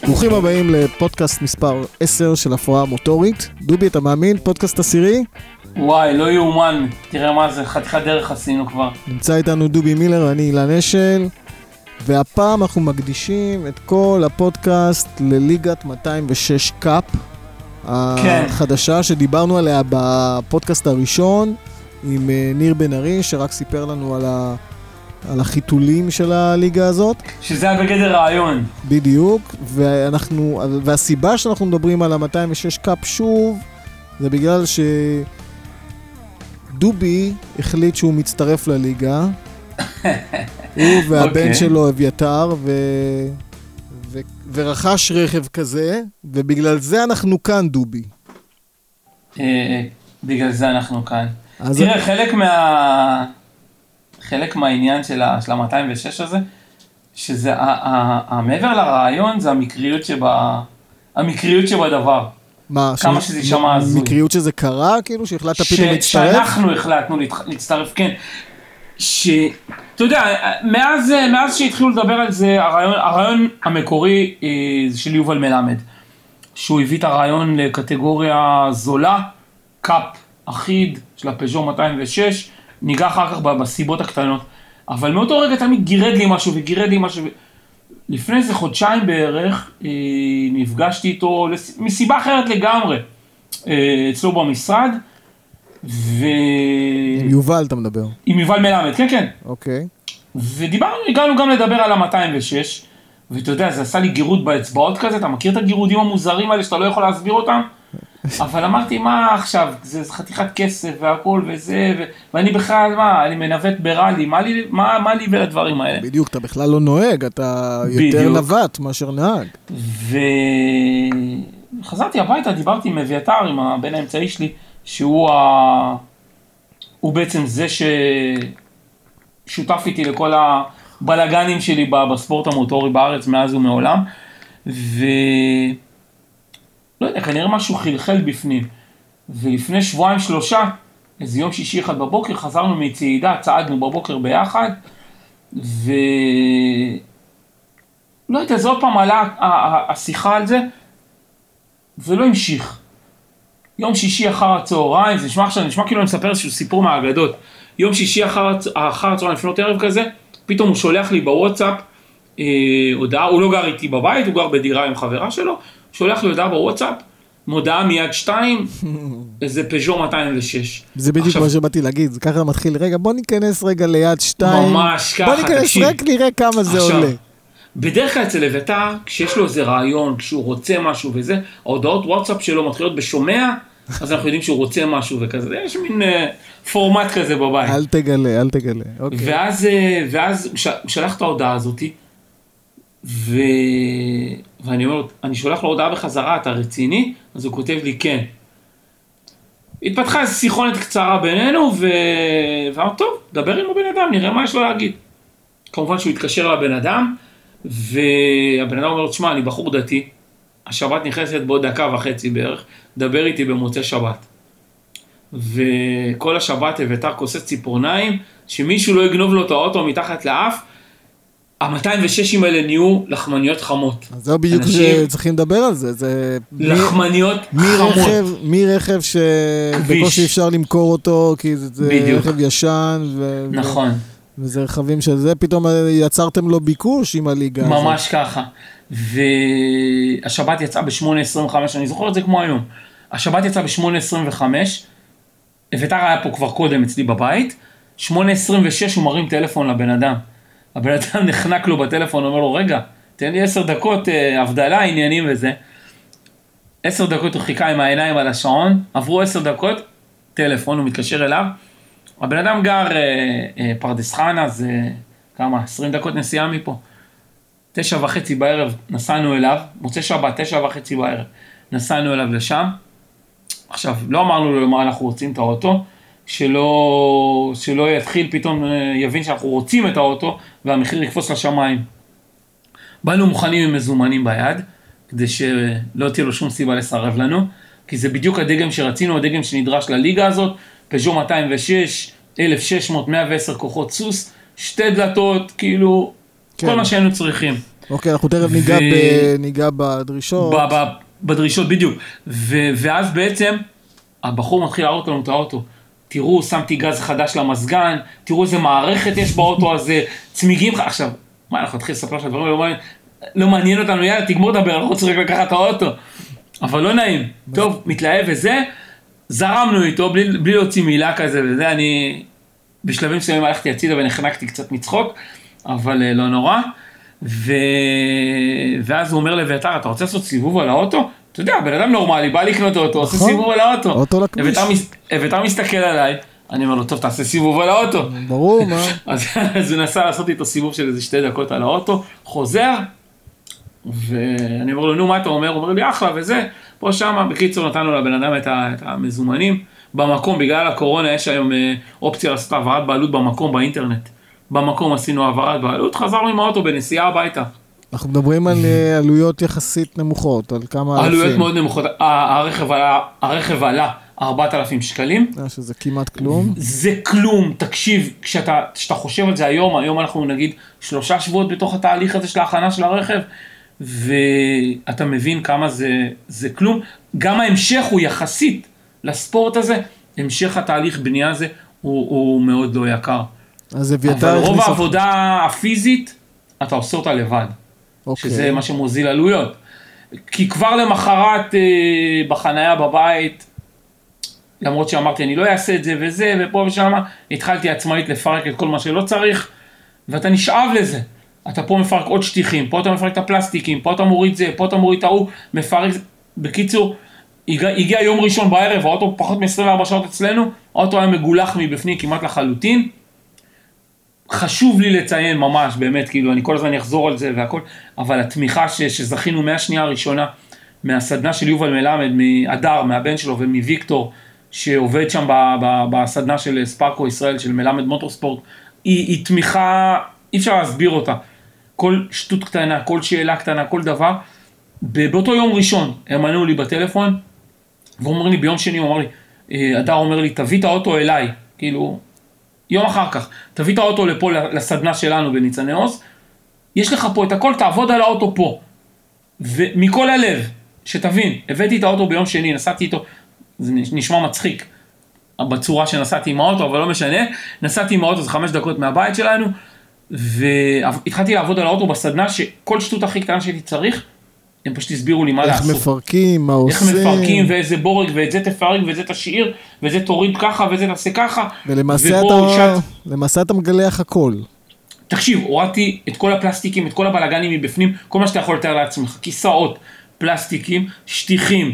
ברוכים הבאים לפודקאסט מספר 10 של הפרעה מוטורית. דובי, אתה מאמין? פודקאסט עשירי? וואי, לא יאומן. תראה מה זה, חתיכת דרך עשינו כבר. נמצא איתנו דובי מילר, אני אילן אשל, והפעם אנחנו מקדישים את כל הפודקאסט לליגת 206 קאפ החדשה שדיברנו עליה בפודקאסט הראשון עם ניר בן ארי, שרק סיפר לנו על החיתולים של הליגה הזאת. שזה היה בגדר רעיון. בדיוק, והסיבה שאנחנו מדברים על ה-206 קאפ שוב, זה בגלל שדובי החליט שהוא מצטרף לליגה, הוא והבן שלו אביתר, ורכש רכב כזה, ובגלל זה אנחנו כאן, דובי. בגלל זה אנחנו כאן. תראה, חלק מהעניין של ה-206 הזה, שזה, מעבר לרעיון, זה המקריות שבדבר. מה? כמה שזה שמע הזוי. מקריות שזה קרה, כאילו, שהחלטת פתאום להצטרף? שאנחנו החלטנו להצטרף, כן. אתה יודע, מאז שהתחילו לדבר על זה, הרעיון המקורי זה של יובל מלמד, שהוא הביא את הרעיון לקטגוריה זולה, קאפ אחיד של הפז'ו 206, ניגע אחר כך בסיבות הקטנות, אבל מאותו רגע תמיד גירד לי משהו, לפני איזה חודשיים בערך, נפגשתי איתו מסיבה אחרת לגמרי, אצלו במשרד, עם יובל אתה מדבר? עם יובל מלמד, כן. אוקיי. ודיברנו, הגענו גם לדבר על ה-206, ואתה יודע, זה עשה לי גירוד באצבעות כזה, אתה מכיר את הגירודים המוזרים האלה שאתה לא יכול להסביר אותם? אבל אמרתי, מה עכשיו, זה חתיכת כסף והכל וזה, ואני בכלל, אני מנווט ברלי, מה לי ולדברים האלה? בדיוק, אתה בכלל לא נוהג, אתה יותר נווט מאשר נהג. וחזרתי הביתה, דיברתי עם אביתר, עם הבן האמצעי שלי, שהוא בעצם זה ששותף איתי לכל הבלגנים שלי בספורט המוטורי בארץ מאז ומעולם, לא יודע, כנראה משהו חלחל בפנים. ולפני 2-3, איזה יום שישי אחד בבוקר, חזרנו מצעידה, צעדנו בבוקר ביחד, לא יודע, זה עוד פעם עלה השיחה על זה, ולא המשיך. יום שישי אחר הצהריים, זה נשמע כאילו אני מספר איזשהו סיפור מהאגדות. יום שישי אחר הצהריים, לפנות ערב כזה, פתאום הוא שולח לי בוואטסאפ הודעה, הוא לא גר איתי בבית, הוא גר בדירה עם חברה שלו, שולח לי הודעה בוואטסאפ, מודעה מיד 2, איזה פז'ו 206. זה בדיוק מה שבאתי להגיד, זה ככה מתחיל, רגע, בוא ניכנס רגע ליד 2. ממש ככה, בוא ניכנס רק נראה כמה זה עולה. בדרך כלל אצל אביתר, כשיש לו איזה רעיון, כשהוא רוצה משהו וזה, ההודעות וואטסאפ שלו מתחילות בשומע, אז אנחנו יודעים שהוא רוצה משהו וכזה, יש מין פורמט כזה בבית. אל תגלה. אוקיי. ואז שלח את ההודעה הזאת, ואני אומר, אני שולח לו הודעה בחזרה, אתה רציני? אז הוא כותב לי כן. התפתחה איזו שיחונת קצרה בינינו, ואמר, טוב, דבר עם הבן אדם, נראה מה יש לו להגיד. כמובן שהוא התקשר לבן אדם, והבן אדם אומר, תשמע, אני בחור דתי, השבת נכנסת בעוד 1.5 בערך, דבר איתי במוצאי שבת. וכל השבת אביתר כוסס ציפורניים, שמישהו לא יגנוב לו את האוטו מתחת לאף, ה-206 האלה נהיו לחמניות חמות. אז זהו בדיוק שצריכים לדבר על זה. זה לחמניות חמות. מרכב שבקושי אפשר למכור אותו, כי זה רכב ישן. נכון. וזה רכבים שזה, פתאום יצרתם לו ביקוש עם הליגה. ממש ככה. והשבת יצאה ב-8:25, אני זוכר את זה כמו היום. השבת יצאה ב-8:25, אביתר היה פה כבר קודם אצלי בבית, 8:26 הוא מרים טלפון לבן אדם. הבן אדם נחנק לו בטלפון, אומר לו, רגע, תן לי 10 דקות, הבדלה, עניינים וזה. 10 דקות הוא חיכה עם העיניים על השעון, עברו 10 דקות, טלפון, הוא מתקשר אליו. הבן אדם גר פרדס חנה, זה כמה, 20 דקות נסיעה מפה. 9:30 בערב נסענו אליו, מוצא שבת, 9:30 בערב, נסענו אליו לשם. עכשיו, לא אמרנו לו למה אנחנו רוצים את האוטו, שלא יתחיל פתאום, יבין שאנחנו רוצים את האוטו, והמחיר יקפוץ לשמיים. באנו מוכנים עם מזומנים ביד, כדי שלא תהיה לו שום סיבה לסרב לנו, כי זה בדיוק הדגם שרצינו, הדגם שנדרש לליגה הזאת, פז'ו 206, 1600, 110 כוחות סוס, 2 דלתות, כאילו, כן. כל מה שהיינו צריכים. אוקיי, אנחנו תכף ניגע בדרישות. בדרישות בדיוק. ואז בעצם, הבחור מתחיל להראות לנו את האוטו. תראו, שמתי גז חדש למזגן, תראו איזה מערכת יש באוטו הזה, צמיגים. עכשיו, מה, אנחנו נתחיל לספר שהדברים לא מעניין אותנו, יאללה, תגמור לדבר, אנחנו צריכים לקחת את האוטו. אבל לא נעים. טוב, מתלהב וזה, זרמנו איתו, בלי להוציא מילה כזה וזה, אני בשלבים מסוימים הלכתי הצידה ונחנקתי קצת מצחוק, אבל לא נורא. ואז הוא אומר לביתר, אתה רוצה לעשות סיבוב על האוטו? אתה יודע, בן אדם נורמלי, בא לקנות אוטו, עושה סיבוב על האוטו. אוטו לכביש. ביתר מסתכל עליי, אני אומר לו, טוב, תעשה סיבוב על האוטו. ברור, מה? אז הוא נסע לעשות איתו סיבוב של איזה 2 דקות על האוטו, חוזר, ואני אומר לו, נו, מה אתה אומר? הוא אומר לי, אחלה וזה. פה שמה, בקיצור נתנו לבן אדם את המזומנים. במקום, בגלל הקורונה, יש היום אופציה לעשות העברת בעלות במקום, באינטרנט. במקום עשינו העברת בעלות, חזרנו עם האוטו בנסיעה הביתה. אנחנו מדברים על עלויות יחסית נמוכות, על כמה אלפים. עלויות מאוד נמוכות. הרכב עלה 4,000 שקלים. שזה כמעט כלום. זה כלום, תקשיב, כשאתה חושב על זה היום אנחנו נגיד 3 שבועות בתוך התהליך הזה של ההכנה של הרכב, ואתה מבין כמה זה כלום. גם ההמשך הוא יחסית לספורט הזה, המשך התהליך בנייה הזה הוא מאוד לא יקר. אבל רוב העבודה הפיזית, אתה עושה אותה לבד. שזה מה שמוזיל עלויות. כי כבר למחרת בחנייה בבית, למרות שאמרתי אני לא אעשה את זה וזה ופה ושמה, התחלתי עצמאית לפרק את כל מה שלא צריך, ואתה נשאב לזה. אתה פה מפרק עוד שטיחים, פה אתה מפרק את הפלסטיקים, פה אתה מוריד זה, פה אתה מוריד את ההוא, מפרק זה. בקיצור, הגיע יום ראשון בערב, האוטו פחות מ-24 שעות אצלנו, האוטו היה מגולח מבפנים כמעט לחלוטין. חשוב לי לציין ממש, באמת, כאילו, אני כל הזמן אחזור על זה והכל, אבל התמיכה שזכינו מהשנייה הראשונה, מהסדנה של יובל מלמד, מאדר, מהבן שלו ומוויקטור, שעובד שם בסדנה של ספארקו ישראל, של מלמד מוטורספורט, היא תמיכה, אי אפשר להסביר אותה. כל שטות קטנה, כל שאלה קטנה, כל דבר. באותו יום ראשון, הם ענו לי בטלפון, והוא אומר לי, ביום שני, הוא אמר לי, אדר אומר לי, תביא את האוטו אליי, כאילו, יום אחר כך, תביא את האוטו לפה, לסדנה שלנו בניצני עוז, יש לך פה את הכל, תעבוד על האוטו פה. ומכל הלב, שתבין, הבאתי את האוטו ביום שני, נסעתי איתו, זה נשמע מצחיק, בצורה שנסעתי עם האוטו, אבל לא משנה, נסעתי עם האוטו, זה 5 דקות מהבית שלנו, והתחלתי לעבוד על האוטו בסדנה, שכל שטות הכי קטנה שהייתי צריך, הם פשוט הסבירו לי מה לעשות. איך מפרקים, מה עושים. איך מפרקים, ואיזה בורג, ואת זה תפרק, ואת זה תשאיר, ואת זה תוריד ככה, ואת זה תעשה ככה. ולמעשה אתה מגלח הכל. תקשיב, הורדתי את כל הפלסטיקים, את כל הבלגנים מבפנים, כל מה שאתה יכול לתאר לעצמך, כיסאות, פלסטיקים, שטיחים,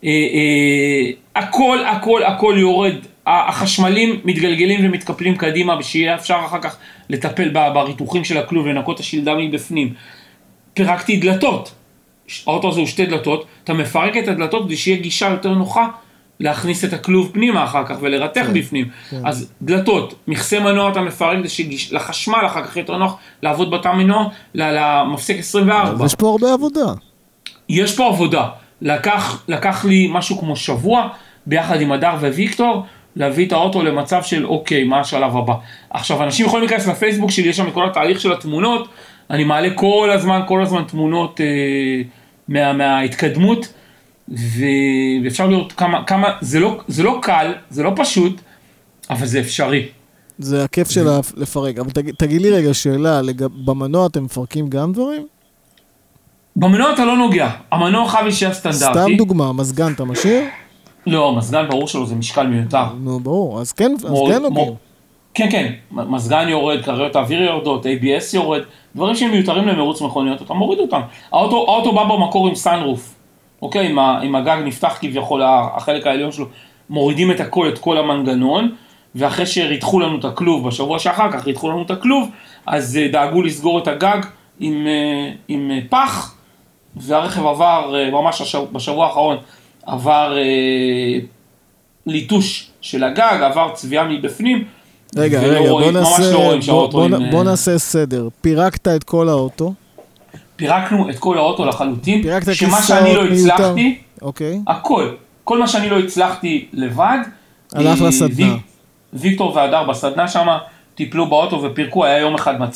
הכל יורד. החשמלים מתגלגלים ומתקפלים קדימה, ושיהיה אפשר אחר כך לטפל בריתוחים של הכלוב, לנקות השלדה מבפנים. פירקתי דלתות. האוטו הזה הוא 2 דלתות, אתה מפרק את הדלתות כדי שיהיה גישה יותר נוחה להכניס את הכלוב פנימה אחר כך ולרתך בפנים. אז דלתות, מכסה מנוע אתה מפרק כדי לחשמל אחר כך יותר נוח לעבוד בתא מנוע, למפסק 24. יש פה הרבה עבודה. יש פה עבודה. לקח לי משהו כמו שבוע, ביחד עם אדר וויקטור, להביא את האוטו למצב של אוקיי, מה השלב הבא. עכשיו, אנשים יכולים להיכנס לפייסבוק שלי, יש שם את כל התהליך של התמונות, אני מעלה כל הזמן תמונות מההתקדמות, ואפשר לראות כמה, זה לא קל, זה לא פשוט, אבל זה אפשרי. זה הכיף של לפרק. אבל תגיד לי רגע שאלה, במנוע אתם מפרקים גם דברים? במנוע אתה לא נוגע, המנוע חייב להישאר סטנדרטי. סתם דוגמה, מזגן אתה משאיר? לא, מזגן ברור שלו זה משקל מיותר. נו, ברור, אז כן נוגעים. כן, מזגן יורד, קריות האוויר יורדות, ABS יורד, דברים שהם מיותרים למרוץ מכוניות, אתה מוריד אותם. האוטו בא במקור עם סאנרוף, אוקיי, עם הגג נפתח כביכול, החלק העליון שלו, מורידים את כל המנגנון, ואחרי שריתחו לנו את הכלוב, בשבוע שאחר כך ריתחו לנו את הכלוב, אז דאגו לסגור את הגג עם פח, והרכב עבר, ממש בשבוע האחרון, עבר ליטוש של הגג, עבר צביעה מבפנים, רגע, בוא נעשה סדר. פירקת את כל האוטו? פירקנו את כל האוטו לחלוטין, שמה שאני לא הצלחתי, כל מה שאני לא הצלחתי לבד, הלך לסדנה. ויקטור והדר בסדנה שם, טיפלו באוטו ופירקו, היה יום אחד מצחיק,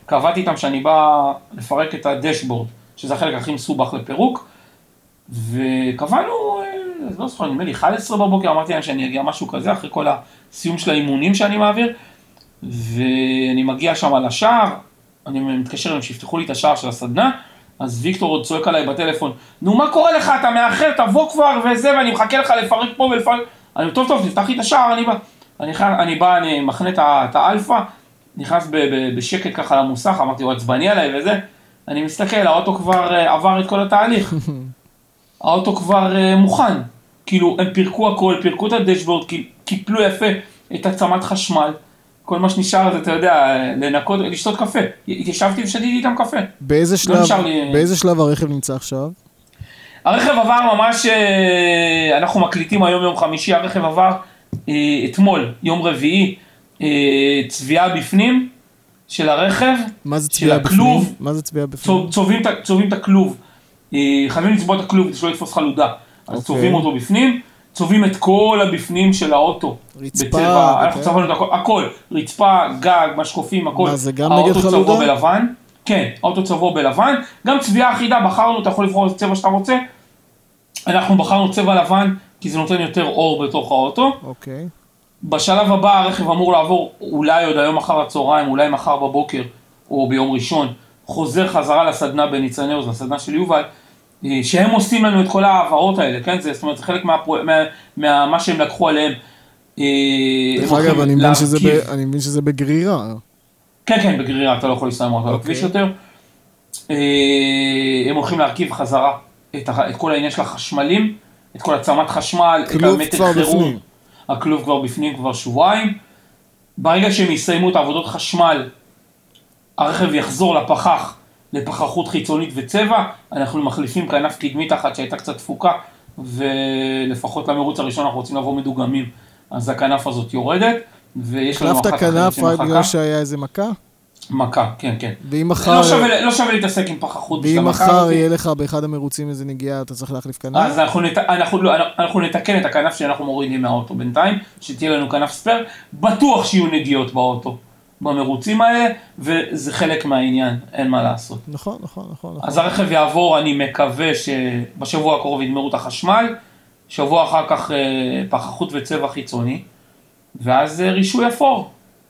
קבעתי איתם שאני בא לפרק את הדשבורד, שזה החלק הכי מסובך לפירוק, וקבענו, לא זוכר, נדמה לי 11 בבוקר, אמרתי להם שאני אגיע משהו כזה, אחרי כל הסיום של האימונים שאני מעביר, ואני מגיע שם על השער, אני מתקשר עם שיפתחו לי את השער של הסדנה, אז ויקטור עוד צועק עליי בטלפון, נו מה קורה לך, אתה מאחר, תבוא כבר וזה, ואני מחכה לך לפרק פה ולפרק, אני טוב, תפתח לי את השער, אני בא, אני מכנה את האלפא, נכנס בשקט ככה למוסך, אמרתי, הוא עצבני עליי וזה, אני מסתכל, האוטו כבר עבר את כל התהליך, האוטו כבר מוכן, כאילו הם פירקו הכל, פירקו את הדשבורד, קיפלו יפה את עצמת חשמל, כל מה שנשאר זה, אתה יודע, לנקות, לשתות קפה. התיישבתי ושתיתי איתם קפה. באיזה שלב הרכב נמצא עכשיו? הרכב עבר ממש, אנחנו מקליטים היום יום חמישי, הרכב עבר אתמול, יום רביעי, צביעה בפנים של הרכב, מה זה צביעה בפנים? מה זה צביעה בפנים? צובעים את הכלוב, חייבים לצבוע את הכלוב, כדי שלא יתפוס חלודה. אז צובעים אותו בפנים, צובעים את כל הבפנים של האוטו. רצפה, אנחנו צבענו את הכל, רצפה, גג, משקופים, הכל. מה זה גם נגד חלודה? האוטו צבוע בלבן, כן, האוטו צבוע בלבן, גם צביעה אחידה, בחרנו, אתה יכול לבחור איזה צבע שאתה רוצה, אנחנו בחרנו צבע לבן, כי זה נותן יותר אור בתוך האוטו. אוקיי. בשלב הבא הרכב אמור לעבור, אולי עוד היום אחר הצהריים, אולי מחר בבוקר, או ביום ראשון, חוזר חזרה לסדנה בניצני עוז, לסדנה של יובל, שהם עושים לנו את כל העברות האלה, כן? זאת אומרת, זה חלק מה שהם לקחו עליהם. דרך אגב, אני מבין שזה בגרירה. כן, בגרירה, אתה לא יכול לסיים אותו על הכביש יותר. הם הולכים להרכיב חזרה את כל העניין של החשמלים, את כל עצמת חשמל, את המתק חירום. הכלוב כבר בפנים כבר שבועיים. ברגע שהם יסיימו את העבודות חשמל, הרכב יחזור לפחחות חיצונית וצבע, אנחנו מחליפים כנף קדמית אחת שהייתה קצת תפוקה, ולפחות למרוץ הראשון אנחנו רוצים לבוא מדוגמים, אז הכנף הזאת יורדת, ויש לנו אחת אחרת שמחכה. כנף רק בגלל שהיה איזה מכה? מכה, כן. ואם מחר... לא שווה להתעסק עם פחחות בשביל ואם המכה. מחר יהיה לך באחד המרוצים איזה נגיעה, אתה צריך להחליף כנף? אז אנחנו נתקן את הכנף שאנחנו מורידים מהאוטו בינתיים, שתהיה לנו כנף ספר, בטוח שיהיו נגיעות באוטו. במרוצים האלה, וזה חלק מהעניין, אין מה לעשות. נכון. אז הרכב יעבור, אני מקווה שבשבוע הקרוב יגמרו את החשמל, שבוע אחר כך פחחות וצבע חיצוני, ואז רישוי אפור.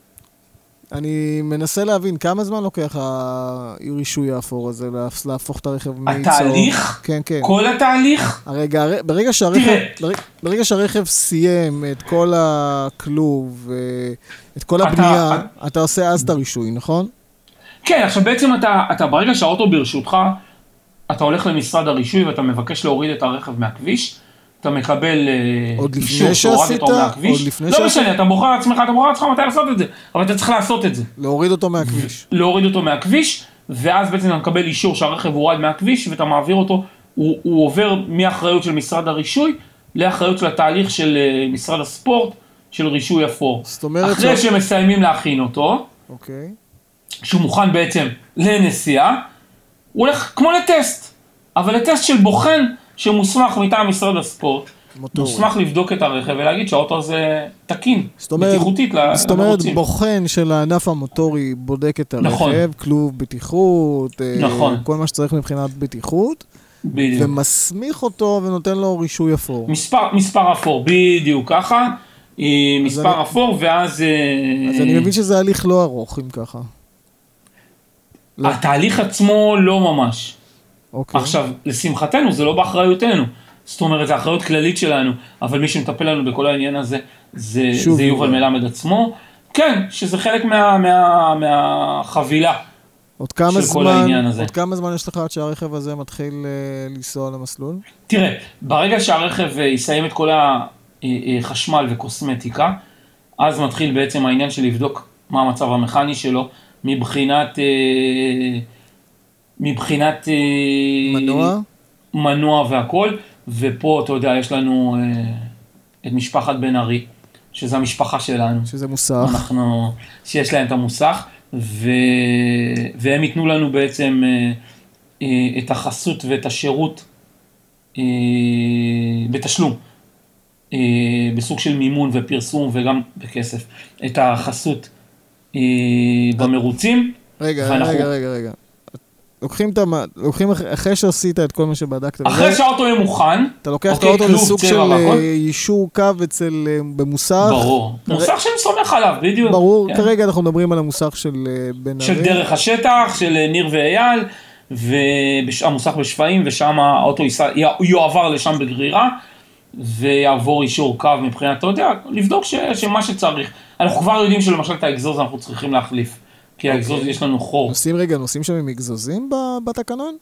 אני מנסה להבין, כמה זמן לוקח הרישוי האפור הזה, להפוך את הרכב מצהוב? התהליך? כן. כל התהליך? הרגע, ברגע שהרכב סיים את כל הכלוב, את כל הבנייה, אתה עושה אז את הרישוי, נכון? כן, עכשיו בעצם אתה ברגע שהאוטו ברשותך, אתה הולך למשרד הרישוי ואתה מבקש להוריד את הרכב מהכביש, אתה מקבל אישור שהורדת אותו מהכביש. לא משנה, אתה בוחר לעצמך מתי לעשות את זה, אבל אתה צריך לעשות את זה. להוריד אותו מהכביש. להוריד אותו מהכביש, ואז בעצם אתה מקבל אישור שהרכב הורד מהכביש, ואתה מעביר אותו, הוא עובר מהאחריות של משרד הרישוי, לאחריות של התהליך של משרד הספורט, של רישוי אפור. אחרי שמסיימים להכין אותו, שהוא מוכן בעצם לנסיעה, הוא הולך כמו לטסט, אבל לטסט של בוחן, שמוסמך מטעם משרד הספורט, מוסמך לבדוק את הרכב ולהגיד שהאוטו הזה תקין, בטיחותית למרוצים. זאת אומרת, בוחן של הענף המוטורי בודק את הרכב, כלוב בטיחות, כל מה שצריך מבחינת בטיחות, ומסמיך אותו ונותן לו רישוי אפור. מספר אפור, בדיוק ככה, מספר אפור, ואז... אז אני מבין שזה הליך לא ארוך, אם ככה. התהליך עצמו לא ממש. עכשיו, לשמחתנו, זה לא באחריותנו. זאת אומרת, זה אחריות כללית שלנו, אבל מי שמטפל לנו בכל העניין הזה, זה יובל מלמד עצמו. כן, שזה חלק מהחבילה של כל העניין הזה. עוד כמה זמן יש לך עד שהרכב הזה מתחיל לנסוע למסלול? תראה, ברגע שהרכב יסיים את כל החשמל וקוסמטיקה, אז מתחיל בעצם העניין של לבדוק מה המצב המכני שלו, מבחינת מנוע והכל, ופה אתה יודע יש לנו את משפחת בן ארי, שזה המשפחה שלנו. שזה מוסך. שיש להם את המוסך, והם ייתנו לנו בעצם את החסות ואת השירות בתשלום, בסוג של מימון ופרסום וגם בכסף, את החסות במרוצים. רגע. לוקחים אחרי שעשית את כל מה שבדקת. אחרי שהאוטו יהיה מוכן. אתה לוקח את האוטו לסוג של יישור קו במוסך. ברור. מוסך שאני סומך עליו, בדיוק. ברור. כרגע אנחנו מדברים על המוסך של בן ארי. של דרך השטח, של ניר ואייל, והמוסך בשפעים, ושם האוטו יועבר לשם בגרירה, ויעבור יישור קו מבחינת, אתה יודע, לבדוק שמה שצריך. אנחנו כבר יודעים שלמשל את האגזוז אנחנו צריכים להחליף. כי האגזוז יש לנו חור. נוסעים שם עם אגזוזים בתקנון?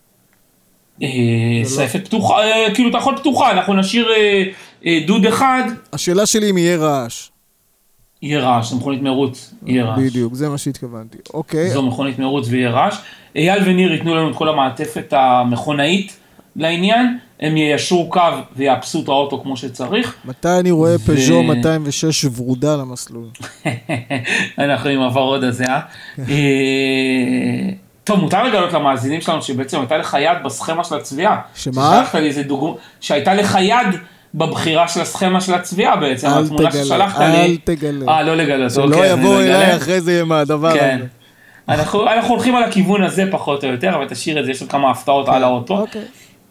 סייפת פתוחה, כאילו אתה יכול פתוחה, אנחנו נשאיר דוד אחד. השאלה שלי אם יהיה רעש. יהיה רעש, זו מכונית מרוץ, יהיה רעש. בדיוק, זה מה שהתכוונתי. אוקיי. זו מכונית מרוץ ויהיה רעש. אייל וניר ייתנו לנו את כל המעטפת המכונאית לעניין, הם יישרו קו ויאפסו את האוטו כמו שצריך. מתי אני רואה פז'ו 206 ורודה למסלול? אנחנו עם הוורוד הזה, טוב, מותר לגלות למאזינים שלנו שבעצם הייתה לך יד בסכמה של הצביעה. שמה? שהייתה לך יד בבחירה של הסכמה של הצביעה בעצם. אל תגלה. לא לגלות. שלא יבוא אליי אחרי זה עם הדבר הזה. אנחנו הולכים על הכיוון הזה פחות או יותר, אבל תשאיר את זה, יש עוד כמה הפתעות על האוטו. אוקיי.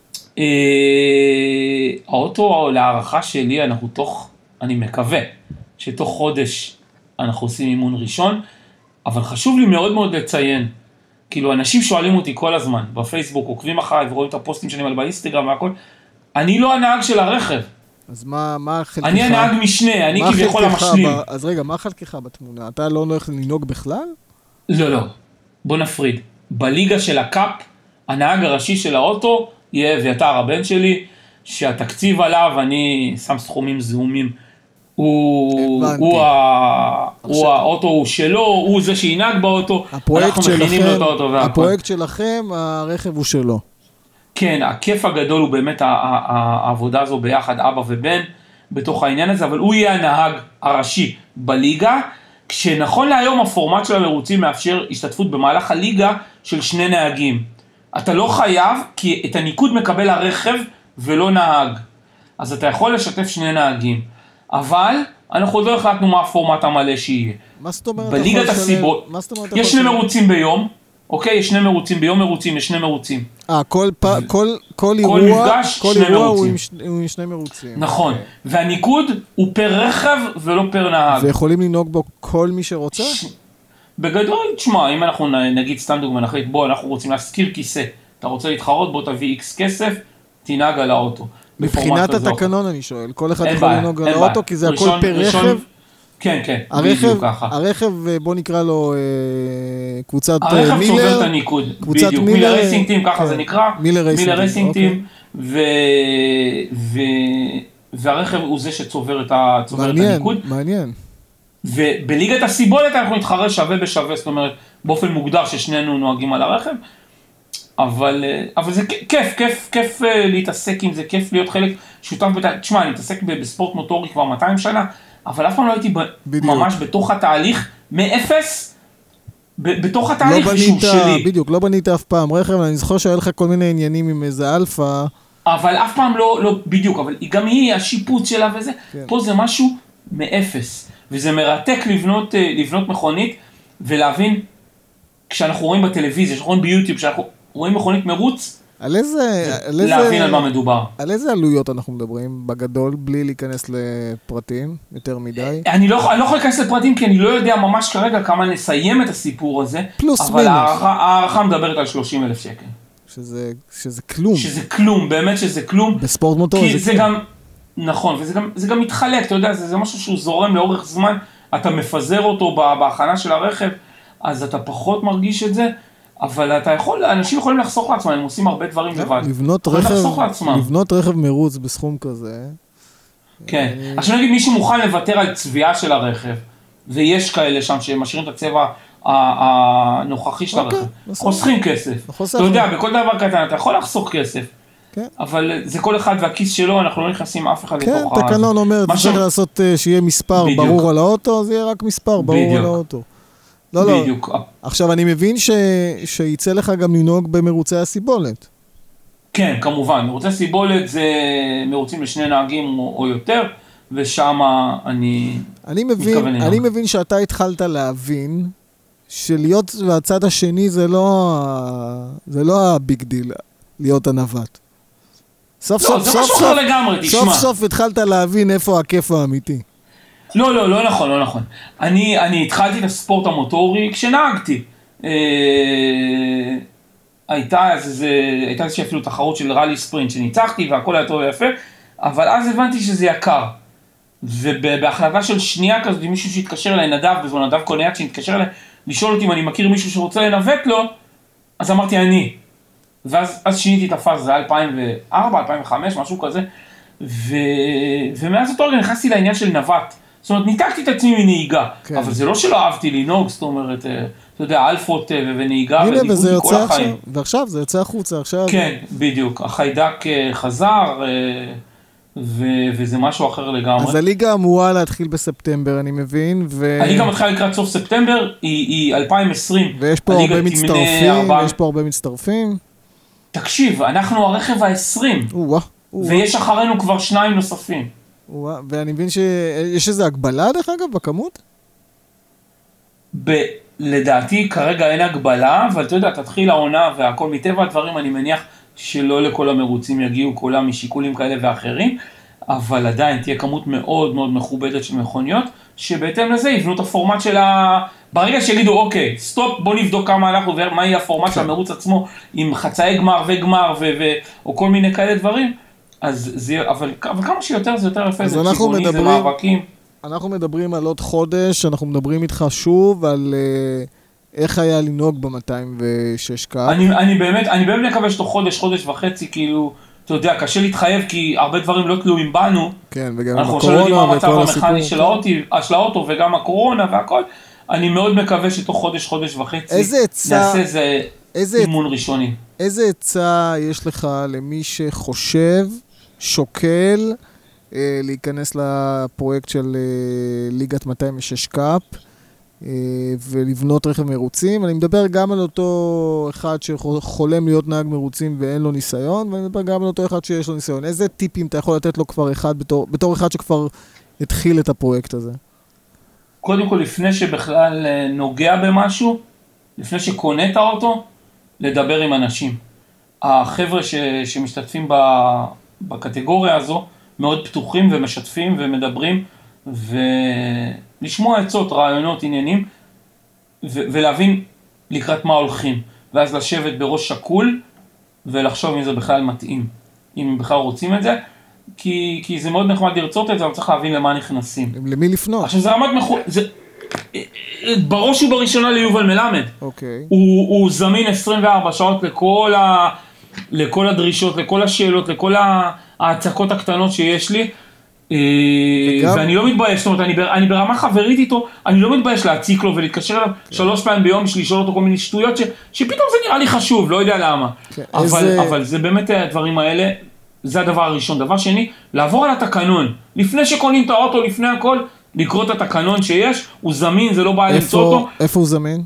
האוטו, להערכה שלי, אני מקווה שתוך חודש אנחנו עושים אימון ראשון, אבל חשוב לי מאוד מאוד לציין, כאילו אנשים שואלים אותי כל הזמן, בפייסבוק, עוקבים אחריי ורואים את הפוסטים שאני מעלה באינסטגרם והכל, אני לא הנהג של הרכב. אז מה חלקך? אני הנהג משנה, אני כביכול המשלים. אז רגע, מה חלקך בתמונה? אתה לא הולך לנהוג בכלל? לא. בוא נפריד. בליגה של הקאפ, הנהג הראשי של האוטו יהיה אביתר הבן שלי, שהתקציב עליו, אני שם סכומים זהומים, האוטו הוא שלו, הוא זה שינהג באוטו, אנחנו מכינים לו את האוטו והכל. הפרויקט שלכם, הרכב הוא שלו. כן, הכיף הגדול הוא באמת העבודה הזו ביחד, אבא ובן, בתוך העניין הזה, אבל הוא יהיה הנהג הראשי בליגה, כשנכון להיום הפורמט של המרוצים מאפשר השתתפות במהלך הליגה של 2 נהגים. אתה לא חייב, כי את הניקוד מקבל הרכב ולא נהג. אז אתה יכול לשתף 2 נהגים. אבל אנחנו עוד לא החלטנו מה הפורמט המלא שיהיה. מה זאת אומרת? בליגת הסיבות, יש 2 מרוצים ביום, אוקיי? יש 2 מרוצים ביום מרוצים, יש 2 מרוצים. כל אירוע הוא עם 2 מרוצים. נכון, והניקוד הוא פר רכב ולא פר נהג. ויכולים לנהוג בו כל מי שרוצה? בגדול, תשמע, אם אנחנו נגיד סתם דוגמא, נחליט בוא, אנחנו רוצים להזכיר כיסא, אתה רוצה להתחרות, בוא תביא X כסף, תנהג על האוטו. מבחינת התקנון אני שואל, כל אחד יכול לנהוג על האוטו, כי זה הכל פר רכב? כן, בדיוק ככה. הרכב, בוא נקרא לו קבוצת מילר. הרכב צובר את הניקוד, בדיוק. מילר רייסינג טים, ככה זה נקרא. מילר רייסינג טים, והרכב הוא זה שצובר את הניקוד. מעניין. ובליגת הסיבולת אנחנו נתחרה שווה בשווה, זאת אומרת, באופן מוגדר ששנינו נוהגים על הרכב, אבל זה כיף להתעסק עם זה, כיף להיות חלק שותף, תשמע, אני מתעסק בספורט מוטורי כבר 200 שנה, אבל אף פעם לא הייתי ממש בתוך התהליך, מאפס, בתוך התהליך שהוא שלי. בדיוק, לא בנית אף פעם רכב, אני זוכר שהיה לך כל מיני עניינים עם איזה אלפא. אבל אף פעם לא, בדיוק, אבל גם היא, השיפוץ שלה וזה, פה זה משהו מאפס. וזה מרתק לבנות מכונית ולהבין, כשאנחנו רואים בטלוויזיה, כשאנחנו רואים ביוטיוב, כשאנחנו רואים מכונית מרוץ, להבין על מה מדובר. על איזה עלויות אנחנו מדברים בגדול, בלי להיכנס לפרטים יותר מדי? אני לא יכול להיכנס לפרטים, כי אני לא יודע ממש כרגע כמה נסיים את הסיפור הזה, פלוס אבל הערכה מדברת על 30,000 שקל. שזה כלום. שזה כלום, באמת שזה כלום. בספורט מוטורי זה כלום. נכון, וזה גם מתחלק, אתה יודע, זה משהו שהוא זורם לאורך זמן, אתה מפזר אותו בהכנה של הרכב, אז אתה פחות מרגיש את זה, אבל אנשים יכולים לחסוך לעצמם, הם עושים הרבה דברים לבד. לבנות רכב מרוץ בסכום כזה. כן, עכשיו נגיד מישהו מוכן לוותר על צביעה של הרכב, ויש כאלה שם שמשאירים את הצבע הנוכחי של הרכב, חוסכים כסף. אתה יודע, בכל דבר קטן אתה יכול לחסוך כסף. אבל זה כל אחד והכיס שלו, אנחנו לא נכנסים אף אחד לתוך כן, תקנון אומר, צריך לעשות שיהיה מספר ברור על האוטו, אז יהיה רק מספר ברור על האוטו. לא, עכשיו אני מבין שיצא לך גם לנהוג במרוצי הסיבולת. כן, כמובן, מרוצי סיבולת זה מרוצים ל2 נהגים או יותר, ושם אני מבין שאתה התחלת להבין שלהיות והצד השני זה לא הביג דיל, להיות הנווט. סוף סוף התחלת להבין איפה הכיף האמיתי. לא נכון. אני התחלתי את הספורט המוטורי כשנהגתי. הייתה איזושהי אפילו תחרות של רלי ספרינט שניצחתי והכל היה טוב ויפה, אבל אז הבנתי שזה יקר. ובהחלטה של שנייה כזאת, מישהו שהתקשר אליי, נדב, בזמן נדב קוניאק שהתקשר אליי, לשאול אותי אם אני מכיר מישהו שרוצה לנווט לו, אז אמרתי אני. ואז שיניתי את הפאזה, זה היה 2004, 2005, משהו כזה. ומאז אותו רגע נכנסתי לעניין של נווט. זאת אומרת, ניתקתי את עצמי מנהיגה, כן. אבל זה לא שלא אהבתי לנהוג, זאת אומרת, אתה יודע, אלפות ונהיגה, וזה יוצא עכשיו, ועכשיו זה יוצא החוצה עכשיו. כן, בדיוק, החיידק חזר, וזה משהו אחר לגמרי. אז הליגה אמורה להתחיל בספטמבר, אני מבין, הליגה מתחילה לקראת סוף ספטמבר, היא 2020. ויש פה הרבה מצטרפים. תקשיב, אנחנו הרכב ה-20, ויש אחרינו כבר 2 נוספים. ואני מבין שיש איזו הגבלה דרך אגב בכמות? לדעתי כרגע אין הגבלה, אבל אתה יודע, תתחיל העונה והכל מטבע הדברים, אני מניח שלא לכל המרוצים יגיעו כולם משיקולים כאלה ואחרים, אבל עדיין תהיה כמות מאוד מאוד מכובדת של מכוניות, שבהתאם לזה יבנו את הפורמט של ברגע שיגידו, אוקיי, סטופ, בוא נבדוק כמה אנחנו, ומה יהיה הפורמט של המרוץ עצמו, עם חצאי גמר וגמר, או כל מיני כאלה דברים, אז זה, אבל כמה שיותר זה יותר יפה, זה צ'יגוני, זה מאבקים. אנחנו מדברים על עוד חודש, אנחנו מדברים איתך שוב על איך היה לנהוג ב-206 קאפ. אני באמת מקווה שתוך חודש וחצי, כאילו, אתה יודע, קשה להתחייב, כי הרבה דברים לא תלויים בנו. כן, וגם הקורונה וכל הסיפור. אנחנו לא יודעים מה המצב המכני של האוטו, וגם הקורונה והכל. אני מאוד מקווה שתוך חודש וחצי, נעשה איזה אימון ראשוני. איזה עצה יש לך למי שחושב, שוקל, להיכנס לפרויקט של ליגת 206 קאפ, ולבנות רכב מרוצים? אני מדבר גם על אותו אחד שחולם להיות נהג מרוצים ואין לו ניסיון, ואני מדבר גם על אותו אחד שיש לו ניסיון. איזה טיפים אתה יכול לתת לו כבר אחד, בתור אחד שכבר התחיל את הפרויקט הזה? קודם כל, לפני שבכלל נוגע במשהו, לפני שקונה את האוטו, לדבר עם אנשים. החבר'ה שמשתתפים בקטגוריה הזו, מאוד פתוחים ומשתפים ומדברים, ולשמוע עצות, רעיונות, עניינים, ולהבין לקראת מה הולכים. ואז לשבת בראש שקול, ולחשוב אם זה בכלל מתאים. אם בכלל רוצים את זה, כי זה מאוד נחמד לרצות את זה, אבל צריך להבין למה נכנסים. למי לפנות? עכשיו זה רמת בראש ובראשונה ליובל מלמד. אוקיי. הוא זמין 24 שעות לכל הדרישות, לכל השאלות, לכל ההצקות הקטנות שיש לי. ואני לא מתבייש, זאת אומרת, אני ברמה חברית איתו, אני לא מתבייש להציק לו ולהתקשר אליו 3 פעמים ביום בשביל לשאול אותו כל מיני שטויות, שפתאום זה נראה לי חשוב, לא יודע למה. אבל זה באמת הדברים האלה, זה הדבר הראשון. דבר שני, לעבור על התקנון. לפני שקונים את האוטו, לפני הכל, לקרוא את התקנון שיש, הוא זמין, זה לא בעיה למצוא אותו. איפה הוא זמין?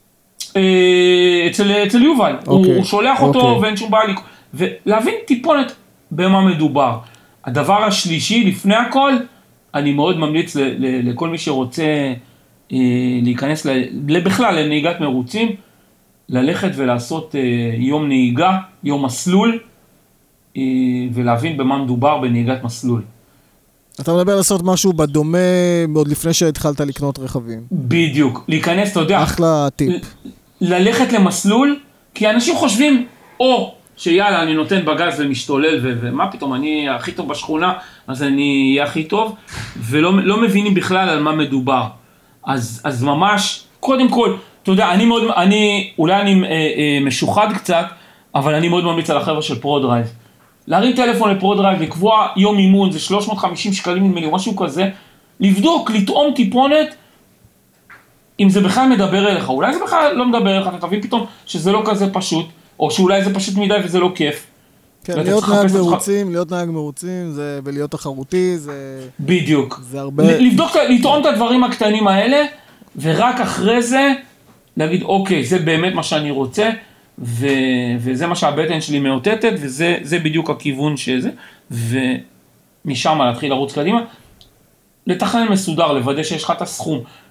אצל יובל. הוא שולח אותו ואין שום בעיה לקרוא. ולהבין טיפונת במה מדובר. הדבר השלישי, לפני הכל, אני מאוד ממליץ לכל מי שרוצה להיכנס בכלל לנהיגת מרוצים, ללכת ולעשות יום נהיגה, יום מסלול, ולהבין במה מדובר בנהיגת מסלול. אתה מדבר לעשות משהו בדומה מאוד לפני שהתחלת לקנות רכבים. בדיוק. להיכנס, אתה יודע. אחלה טיפ. ללכת למסלול, כי אנשים חושבים, או שיאללה, אני נותן בגז ומשתולל, ומה פתאום, אני הכי טוב בשכונה, אז אני אהיה הכי טוב, ולא מבינים בכלל על מה מדובר. אז ממש, קודם כל, אתה יודע, אולי אני משוחד קצת, אבל אני מאוד ממליץ על החבר'ה של פרו-דרייב. להרים טלפון לפרו-דרייב, לקבוע יום אימון, זה 350 שקלים נדמה לי, משהו כזה, לבדוק, לטעום טיפונת, אם זה בכלל מדבר אליך, אולי זה בכלל לא מדבר אליך, אתה תבין פתאום שזה לא כזה פשוט, או שאולי זה פשוט מדי וזה לא כיף. כן, להיות נהג מרוצים, ולהיות תחרותי, זה... בדיוק. זה הרבה... לבדוק, לטעום את הדברים הקטנים האלה, ורק אחרי זה, להגיד, אוקיי, זה באמת מה שאני רוצה, וזה מה שהבטן שלי מאותתת, וזה בדיוק הכיוון שזה, ומשם להתחיל לרוץ קדימה, לתכנן מסודר, לוודא שיש לך את הסכום,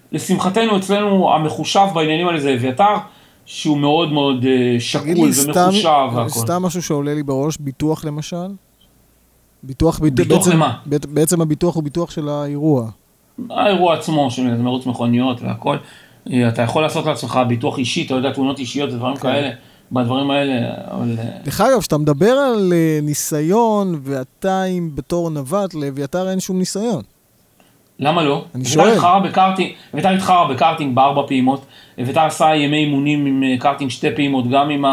לשמחתנו אצלנו המחושב בעניינים האלה זה אביתר, שהוא מאוד מאוד שקול ומחושב והכל. סתם משהו שעולה לי בראש, ביטוח למשל? ביטוח למה? בעצם הביטוח הוא ביטוח של האירוע. האירוע עצמו, של מרוץ מכוניות והכל, אתה יכול לעשות לעצמך ביטוח אישי, אתה יודע, תאונות אישיות ודברים כאלה, בדברים האלה, אבל... דרך אגב, שאתה מדבר על ניסיון, ואתה עם בתור נווט, לאביתר אין שום ניסיון. למה לא? אני שואל. אביתר התחרה בקארטינג ב4 פעימות, אביתר עשה ימי אימונים עם קארטינג 2 פעימות, גם עם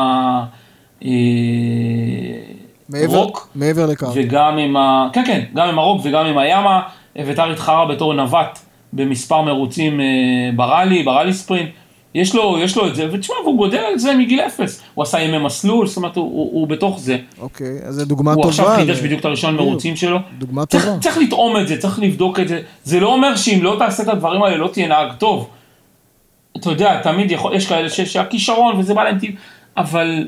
הרוק. מעבר לקארטינג. וגם עם כן, גם עם הרוק וגם עם הימה, אביתר התחרה בתור נווט במספר מרוצים בראלי ספרינט. יש לו את זה, ותשמע, הוא גודל על זה מגיל 0. הוא עשה ימי מסלול, זאת אומרת, הוא בתוך זה. אוקיי, אז זה דוגמה טובה. הוא עכשיו חידש בדיוק את הראשון מרוצים שלו. דוגמה טובה. צריך לטעום את זה, צריך לבדוק את זה. זה לא אומר שאם לא תעשה את הדברים האלה, לא תהיה נהג טוב. אתה יודע, תמיד יש כאלה שהכישרון וזה בא להם טבעי, אבל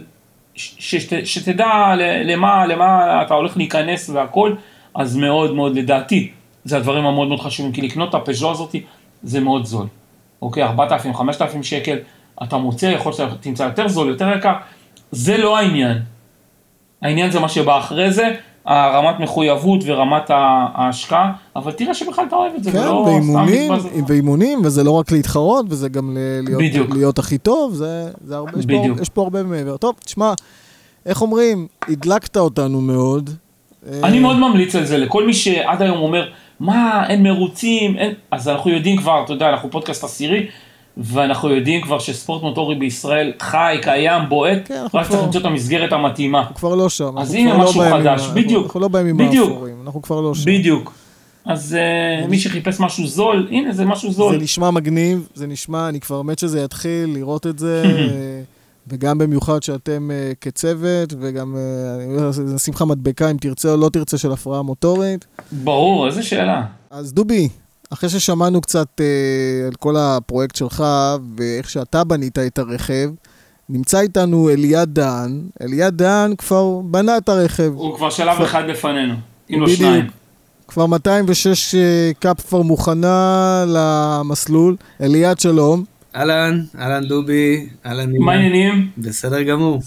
שתדע למה אתה הולך להיכנס והכל, אז מאוד מאוד לדעתי, זה הדברים המאוד מאוד חשובים, כי לקנות את הפז'ו הזאת, זה מאוד זול. אוקיי, 4,000, 5,000 שקל, אתה מוצא, יכול להיות שתמצא יותר זול, יותר יקר, זה לא העניין. העניין זה מה שבא אחרי זה, הרמת מחויבות ורמת ההשקעה, אבל תראה שבכלל אתה אוהב את זה, כן, ולא סתם מתבזר. ואימונים, וזה לא רק להתחרות, וזה גם להיות הכי טוב, יש פה הרבה מעבר. טוב, תשמע, איך אומרים, הדלקת אותנו מאוד. אני מאוד ממליץ על זה, לכל מי שעד היום אומר, מה, אין מרוצים, אז אנחנו יודעים כבר, אתה יודע, אנחנו פודקאסט עשירי, ואנחנו יודעים כבר שספורט מוטורי בישראל חי, קיים, בועט, רק צריך למצוא את המסגרת המתאימה. אנחנו כבר לא שם. אז הנה משהו חדש, בדיוק. אנחנו לא באים עם האפורים, אנחנו כבר לא שם. בדיוק. אז מי שחיפש משהו זול, הנה זה משהו זול. זה נשמע מגניב, זה נשמע, אני כבר מת שזה יתחיל לראות את זה, וגם במיוחד שאתם כצוות, וגם נשים לך מדבקה אם תרצה או לא תרצה של הפרעה מוטורית. ברור, איזה שאלה. אז דובי, אחרי ששמענו קצת על כל הפרויקט שלך, ואיך שאתה בנית את הרכב, נמצא איתנו אליעד דהן. אליעד דהן כבר בנה את הרכב. הוא כבר שלב אחד לפנינו, אם לא שניים. כבר 206 קאפ כבר מוכנה למסלול. אליעד, שלום. אהלן דובי, מה העניינים? בסדר גמור.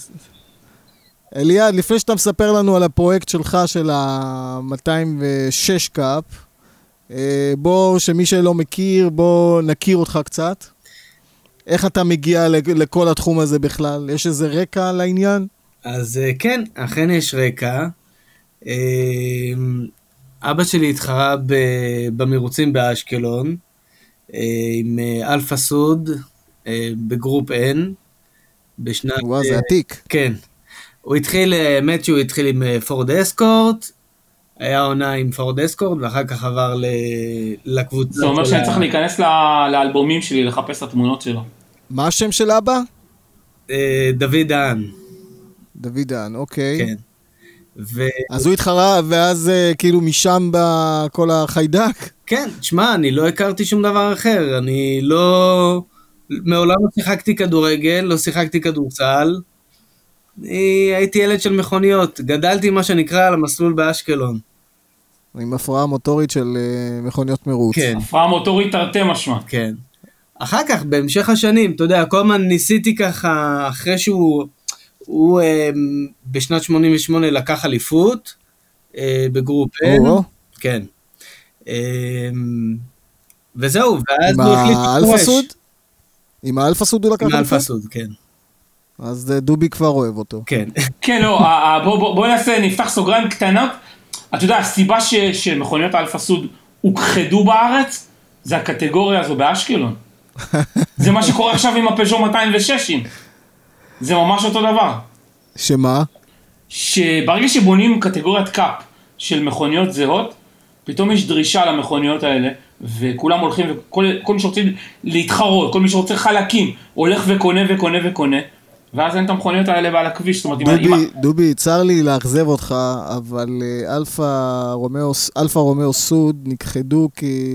אליעד, לפני שאתה מספר לנו על הפרויקט שלך של ה-206 קאפ, בוא, שמי שלא מכיר, בוא נכיר אותך קצת. איך אתה מגיע לכל התחום הזה בכלל? יש איזה רקע לעניין? אז כן, אכן יש רקע. אבא שלי התחרה במרוצים באשקלון, עם אלפה סוד, בגרופ N, בשנת... וואו, זה עתיק. כן. הוא התחיל עם פורד אסקורט, היה עונה עם פורד אסקורט, ואחר כך עבר לקבוצה. זה אומר שאני צריך להיכנס לאלבומים שלי, לחפש את התמונות שלו. מה השם של אבא? דוד דהן. דוד דהן, אוקיי. כן. אז הוא התחרה, ואז כאילו משם בכל החיידק? כן, תשמע, אני לא הכרתי שום דבר אחר, אני מעולם לא שיחקתי כדורגל, לא שיחקתי כדורסל, הייתי ילד של מכוניות, גדלתי מה שנקרא על המסלול באשקלון. עם הפרעה מוטורית של מכוניות מרוץ. כן. הפרעה מוטורית תרתי משמע. כן. אחר כך, בהמשך השנים, אתה יודע, כל הזמן ניסיתי ככה, אחרי שהוא בשנת 88 לקח אליפות, בגרופ N. כן. וזהו, ואז הוא החליט לפרוש. עם האלפה סוד הוא לקח אליפות? עם האלפה סוד, כן. אז דובי כבר אוהב אותו. כן. כן, לא, בוא נפתח סוגריים קטנות. אתה יודע, הסיבה שמכוניות האלפה סוד הוכחדו בארץ, זה הקטגוריה הזו באשקלון. זה מה שקורה עכשיו עם הפז'ו 206. זה ממש אותו דבר. שמה? שברגע שבונים קטגוריית קאפ של מכוניות זהות, פתאום יש דרישה למכוניות האלה, וכולם הולכים, וכל מי שרוצים להתחרות, כל מי שרוצה חלקים, הולך וקונה, ואז אין את המכוניות האלה בעל הכביש. זאת אומרת, דובי, צר לי לאכזב אותך, אבל אלפה רומאו סוד נכחדו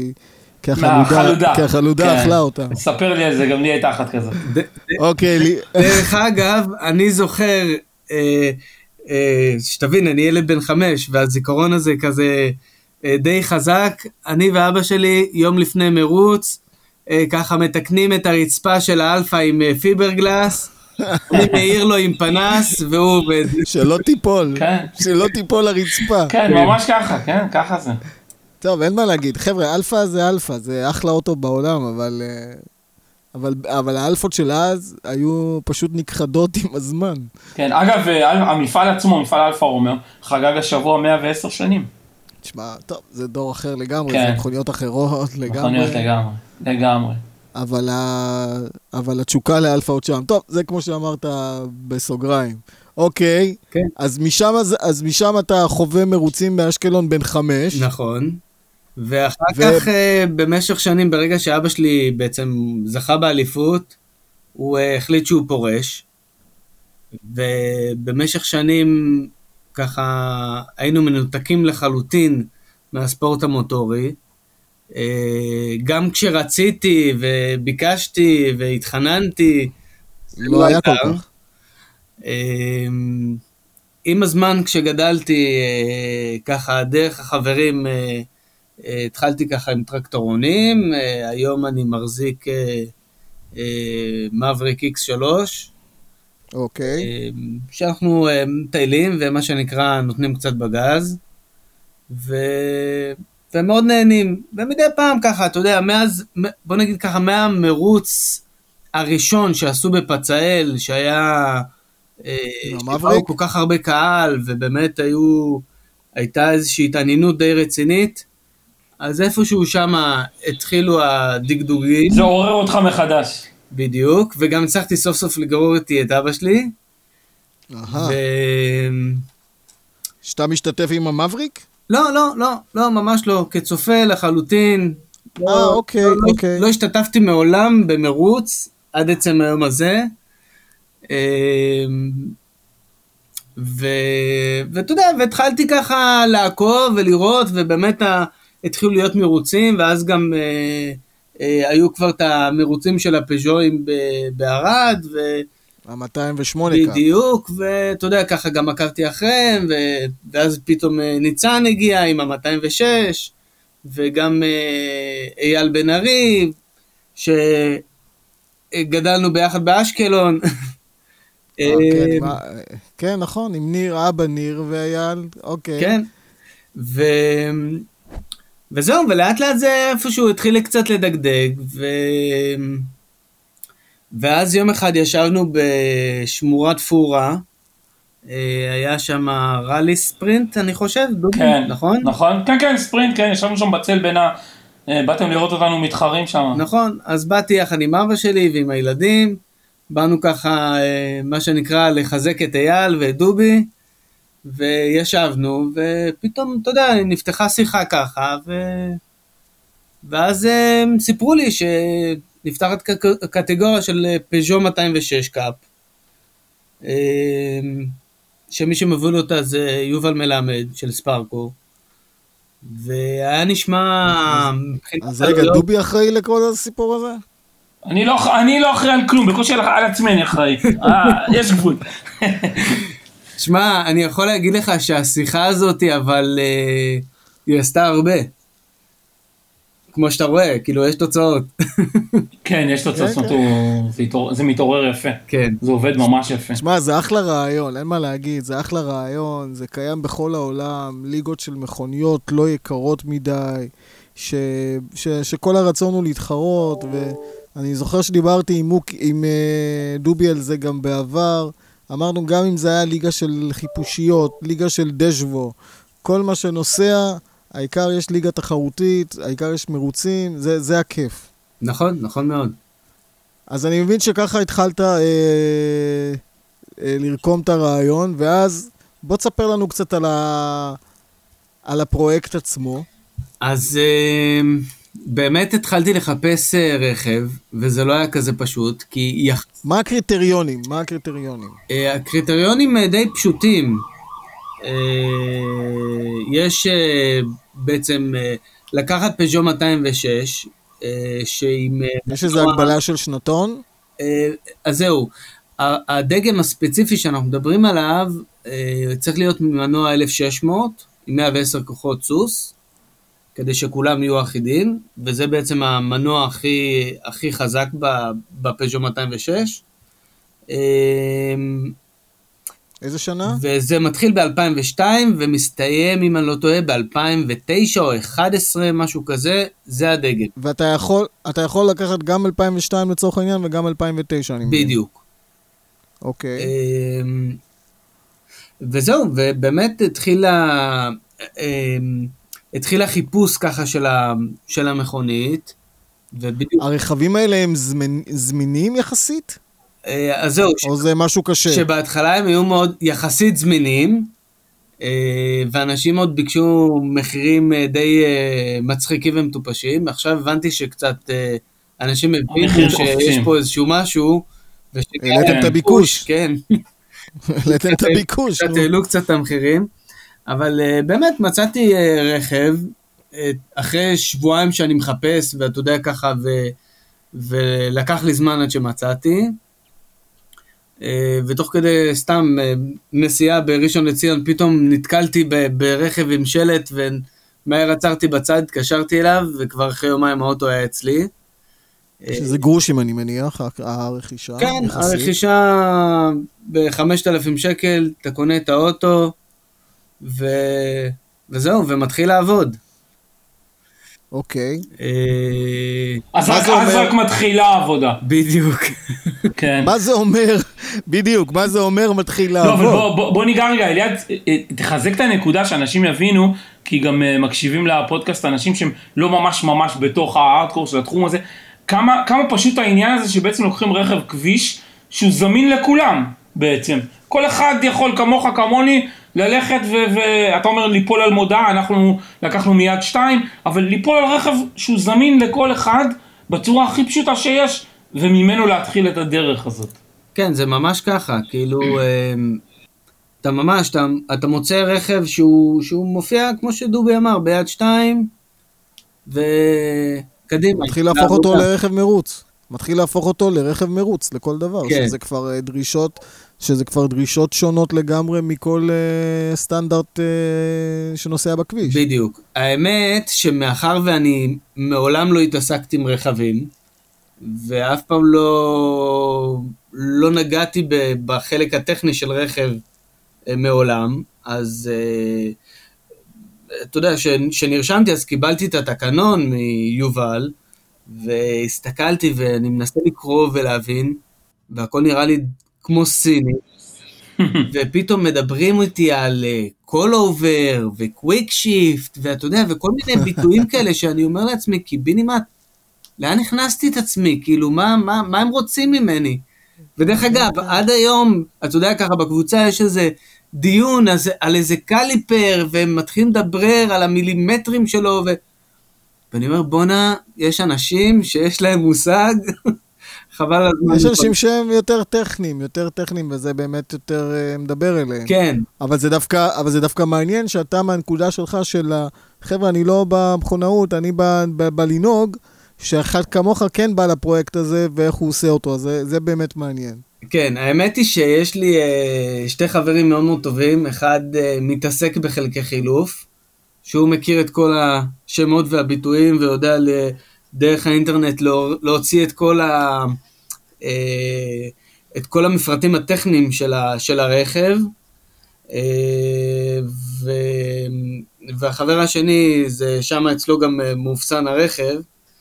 כחלודה אכלה אותה. ספר לי על זה, גם לי הייתה אחת כזאת. אוקיי. דרך אגב, אני זוכר, שתבין, אני ילד בן 5, והזיכרון הזה כזה די חזק, אני ואבא שלי יום לפני מרוץ, ככה מתקנים את הרצפה של האלפא עם פיברגלס, אני מעיר לו עם פנס, והוא עובד. שלא תיפול, כן. שלא תיפול לרצפה. כן, ממש ככה, כן, ככה זה. טוב, אין מה להגיד. חבר'ה, אלפא זה אלפא, זה אחלה אוטו בעולם, אבל האלפות של אז היו פשוט נכחדות עם הזמן. כן, אגב, המפעל עצמו, מפעל אלפה רומאו, חגג השבוע 110 שנים. תשמע, טוב, זה דור אחר לגמרי, כן. זה מכוניות אחרות לגמרי. מכוניות לגמרי. אבל התשוקה לאלפא עוד שם. טוב, זה כמו שאמרת בסוגריים. אוקיי, כן. אז משם אתה חווה מרוצים באשקלון בן 5. נכון. ואחר כך, במשך שנים, ברגע שאבא שלי בעצם זכה באליפות, הוא החליט שהוא פורש. ובמשך שנים, ככה, היינו מנותקים לחלוטין מהספורט המוטורי. גם כשרציתי וביקשתי והתחננתי, לא היה כל כך. עם הזמן כשגדלתי, ככה דרך החברים, התחלתי ככה עם טרקטורונים, היום אני מחזיק מבריק X3, אוקיי. שאנחנו מטיילים ומה שנקרא נותנים קצת בגז, ומאוד נהנים, ומדי פעם ככה, אתה יודע, בוא נגיד ככה, מהמרוץ הראשון שעשו בפצאל, שהיה שבאו כל כך הרבה קהל, ובאמת הייתה איזושהי התעניינות די רצינית, אז איפשהו שם התחילו הדגדוגים. זה עורר אותך מחדש. בדיוק, וגם הצלחתי סוף סוף לגרור איתי את אבא שלי. שאתה משתתף עם המבריק? לא, ממש לא, כצופה לחלוטין. אוקיי. לא השתתפתי מעולם במרוץ, עד עצם היום הזה. ואתה יודע, והתחלתי ככה לעקוב ולראות, ובאמת התחילו להיות מרוצים, ואז גם היו כבר את המרוצים של הפז'ואים בערד, ה-208 בדיוק, ואתה יודע, ככה גם עקבתי אחריהם, ואז פתאום ניצן הגיע עם ה-206, וגם אייל בן ארי, שגדלנו ביחד באשקלון. כן, נכון, עם ניר, אבא ניר ואייל, אוקיי. כן, וזהו, ולאט לאט זה איפשהו התחיל קצת לדגדג, ואז יום אחד ישבנו בשמורת פורה, היה שם רלי ספרינט, אני חושב, כן, נכון? נכון, כן, ספרינט, כן, ישבנו שם בצל באתם לראות אותנו מתחרים שם. נכון, אז באתי יחד עם אבא שלי ועם הילדים, באנו ככה, מה שנקרא, לחזק את אייל ואת דובי, וישבנו, ופתאום, אתה יודע, נפתחה שיחה ככה, ואז סיפרו לי שנפתחת קטגוריה של פז'ו 206 קאפ, שמי שמוביל אותה זה יובל מלמד של ספארקו, והיה נשמע... אז רגע, דובי אחראי לכל הסיפור הזה? אני לא אחראי על כלום, בקושי על עצמי אני אחראי, יש גבול. שמע, אני יכול להגיד לך שהשיחה הזאת, אבל היא עשתה הרבה. כמו שאתה רואה, כאילו יש תוצאות. כן, יש תוצאות, זה מתעורר יפה. כן. זה עובד ממש יפה. שמע, זה אחלה רעיון, אין מה להגיד, זה אחלה רעיון, זה קיים בכל העולם, ליגות של מכוניות לא יקרות מדי, שכל הרצון הוא להתחרות, ואני זוכר שדיברתי עם דובי על זה גם בעבר, אמרנו גם אם זה היה ליגה של חיפושיות, ליגה של דשבו, כל מה שנוסע, העיקר יש ליגה תחרותית, העיקר יש מרוצים, זה הכיף. נכון, נכון מאוד. אז אני מבין שככה התחלת לרקום את הרעיון, ואז בוא תספר לנו קצת על הפרויקט עצמו. אז באמת התחלתי לחפש רכב, וזה לא היה כזה פשוט, כי... מה הקריטריונים? הקריטריונים די פשוטים. יש בעצם לקחת פז'ו 206, יש איזו הגבלה של שנתון? אז זהו, הדגם הספציפי שאנחנו מדברים עליו, צריך להיות ממנוע 1600, עם 110 כוחות סוס, כדי שכולם יהיו אחידים, וזה בעצם המנוע הכי חזק בפז'ו 206. איזה שנה? וזה מתחיל ב-2002, ומסתיים, אם אני לא טועה, ב-2009 או 2011, משהו כזה, זה הדגל. ואתה יכול לקחת גם 2002 לצורך העניין, וגם 2009, אני מבין. בדיוק. אוקיי. וזהו, ובאמת התחיל החיפוש ככה של המכונית, הרכבים האלה הם זמינים יחסית? אז זהו, או זה משהו קשה? שבהתחלה הם היו מאוד יחסית זמינים, ואנשים עוד ביקשו מחירים די מצחיקים ומטופשים, עכשיו הבנתי שקצת אנשים הבינו שיש פה איזשהו משהו, העליתם את הביקוש. כן. העליתם את הביקוש. קצת העלו קצת את המחירים, אבל באמת מצאתי רכב, אחרי שבועיים שאני מחפש, ואתה יודע ככה, ולקח לי זמן עד שמצאתי, ותוך כדי סתם נסיעה בראשון לציון, פתאום נתקלתי ברכב עם שלט, ומהר עצרתי בצד, התקשרתי אליו, וכבר אחרי יומיים האוטו היה אצלי. שזה גרושים אני מניח, הרכישה. כן, הרכישה ב-5,000 שקל, אתה קונה את האוטו, וזהו, ומתחיל לעבוד. אוקיי. אז רק מתחילה העבודה. בדיוק. כן. מה זה אומר? בדיוק, מה זה אומר מתחיל לעבוד? לא, אבל בוא ניגע רגע, אליעד, תחזק את הנקודה שאנשים יבינו, כי גם מקשיבים לפודקאסט אנשים שהם לא ממש בתוך הארדקור של התחום הזה, כמה פשוט העניין הזה שבעצם לוקחים רכב כביש שהוא זמין לכולם בעצם. כל אחד יכול כמוך כמוני ללכת ואתה אומר ליפול על מודעה, אנחנו לקחנו מיד 2, אבל ליפול על רכב שהוא זמין לכל אחד בצורה הכי פשוטה שיש, וממנו להתחיל את הדרך הזאת. כן, זה ממש ככה, כאילו, אתה מוצא רכב שהוא מופיע, כמו שדובי אמר, ביד 2, וקדימה. מתחיל להפוך אותו לרכב מרוץ. מתחיל להפוך אותו לרכב מרוץ, לכל דבר, כן. שזה כבר דרישות שונות לגמרי מכל סטנדרט שנוסע בכביש. בדיוק. האמת שמאחר ואני מעולם לא התעסקתי עם רכבים, ואף פעם לא נגעתי בחלק הטכני של רכב מעולם, אז אתה יודע, שנרשמתי אז קיבלתי את התקנון מיובל, והסתכלתי ואני מנסה לקרוא ולהבין, והכל נראה לי כמו סיני, ופתאום מדברים איתי על call over ו-quick shift, ואתה יודע, וכל מיני ביטויים כאלה שאני אומר לעצמי, קיבינימט, לאן הכנסתי את עצמי? כאילו, מה הם רוצים ממני? ודרך אגב, עד היום, אתה יודע ככה, בקבוצה יש איזה דיון על איזה קליפר, והם מתחילים לדבר על המילימטרים שלו, ואני אומר, בונה, יש אנשים שיש להם מושג, חבל על הזמן. יש אנשים שהם יותר טכניים, וזה באמת יותר מדבר אליהם. כן. אבל זה דווקא מעניין שאתה מהנקודה שלך של, חבר'ה, אני לא במכונאות, אני בלינוג, שאחד כמוך כן בא לפרויקט הזה, ואיך הוא עושה אותו, זה באמת מעניין. כן, האמת היא שיש לי שתי חברים מאוד מאוד טובים, אחד מתעסק בחלקי חילוף, שהוא מכיר את כל השמות והביטויים, ויודע דרך האינטרנט להוציא את כל המפרטים הטכניים של הרכב, והחבר השני, זה שם אצלו גם מאופסן הרכב,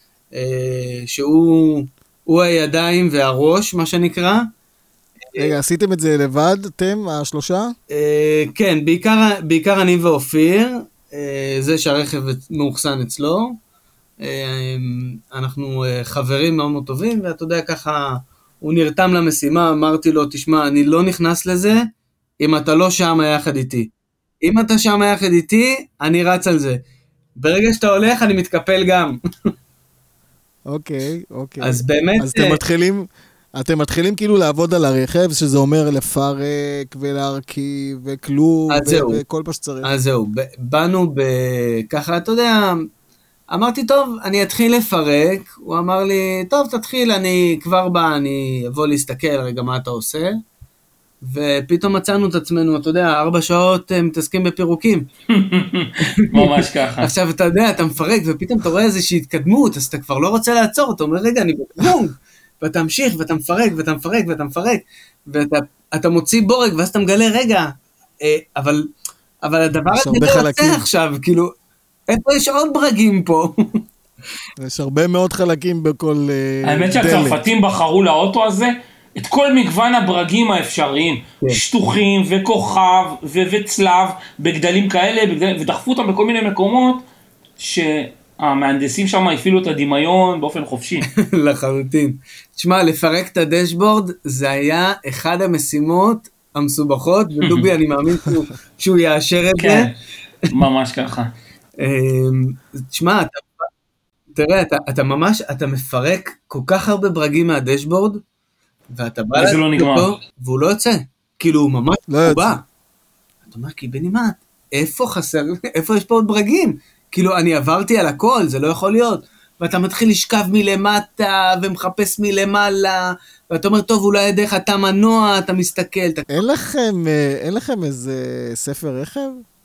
שהוא הידיים והראש, מה שנקרא. רגע, עשיתם את זה לבד, אתם, השלושה? כן, בעיקר אני ואופיר, זה שהרכב מאוחסן אצלו, אנחנו חברים מאוד מאוד טובים, ואתה יודע ככה, הוא נרתם למשימה, אמרתי לו, תשמע, אני לא נכנס לזה, אם אתה לא שם יחד איתי. אם אתה שם יחד איתי, אני רץ על זה. ברגע שאתה הולך, אני מתקפל גם. אוקיי. אז באמת... אז אתם מתחילים כאילו לעבוד על הרכב, שזה אומר לפרק ולהרכיב וכלום וכל מה שצריך. אז זהו, באנו ככה, אתה יודע, אמרתי, טוב, אני אתחיל לפרק, הוא אמר לי, טוב, תתחיל, אני כבר בא, אני אבוא להסתכל רגע מה אתה עושה, ופתאום מצאנו את עצמנו, אתה יודע, 4 שעות מתעסקים בפירוקים. ממש ככה. עכשיו אתה יודע, אתה מפרק, ופתאום אתה רואה איזושהי התקדמות, אז אתה כבר לא רוצה לעצור, אתה אומר, רגע, אני בקרונג, ואתה ממשיך, ואתה מפרק, ואתה מפרק, ואתה מפרק, ואתה מוציא בורג, ואז אתה מגלה, רגע, אבל הדבר הזה לא יוצא עכשיו, כאילו, איפה יש עוד ברגים פה? יש הרבה מאוד חלקים בכל דלת. האמת שהצרפתים בחרו לאוטו הזה את כל מגוון הברגים האפשריים, שטוחים וכוכב וצלב בגדלים כאלה, ודחפו אותם בכל מיני מקומות שהמהנדסים שם הפעילו את הדמיון באופן חופשי. לחלוטין. תשמע, לפרק את הדשבורד זה היה אחד המשימות המסובכות, ודובי אני מאמין שהוא יאשר את זה. כן, ממש ככה. תשמע, תראה, אתה מפרק כל כך הרבה ברגים מהדשבורד, ואתה בא אותו, והוא לא יוצא. כאילו, הוא ממש הוא בא. אתה אומר, קיבנימט, איפה חסר, איפה יש פה עוד ברגים? כאילו, אני עברתי על הכל, זה לא יכול להיות. ואתה מתחיל לשכב מלמטה, ומחפש מלמעלה, ואתה אומר, טוב, אולי דרך אתה מנוע, אתה מסתכל. אין לכם איזה ספר רכב?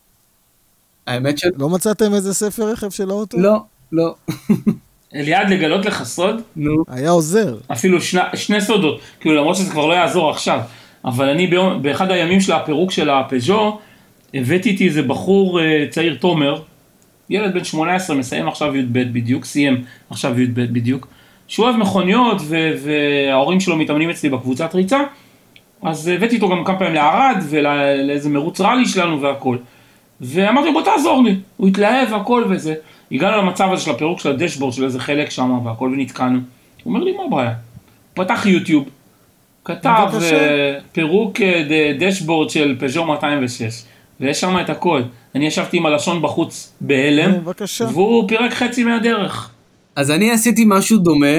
האמת לא מצאתם איזה ספר רכב של האוטו? לא. אליעד, לגלות לך סוד? נו. היה עוזר. אפילו שני סודות, כאילו למרות שזה כבר לא יעזור עכשיו, אבל אני באחד הימים של הפירוק של הפז'ו, הבאתי איתי איזה בחור צעיר תומר, ילד בן 18, מסיים עכשיו י"ב בדיוק, סיים עכשיו י"ב בדיוק, שהוא אוהב מכוניות וההורים שלו מתאמנים אצלי בקבוצת ריצה, אז הבאתי איתו גם כמה פעמים לערד ולאיזה מרוץ רלי שלנו והכל. ואמרתי, בוא תעזור לי, הוא התלהב והכל וזה. הגענו למצב הזה של הפירוק של הדשבורד, של איזה חלק שם והכל, ונתקענו. הוא אומר לי, מה הבעיה? פתח יוטיוב, כתב פירוק דשבורד של פז'ו 206, ויש שם את הכל. אני ישבתי עם הלשון בחוץ בהלם, והוא פירק חצי מהדרך. אז אני עשיתי משהו דומה,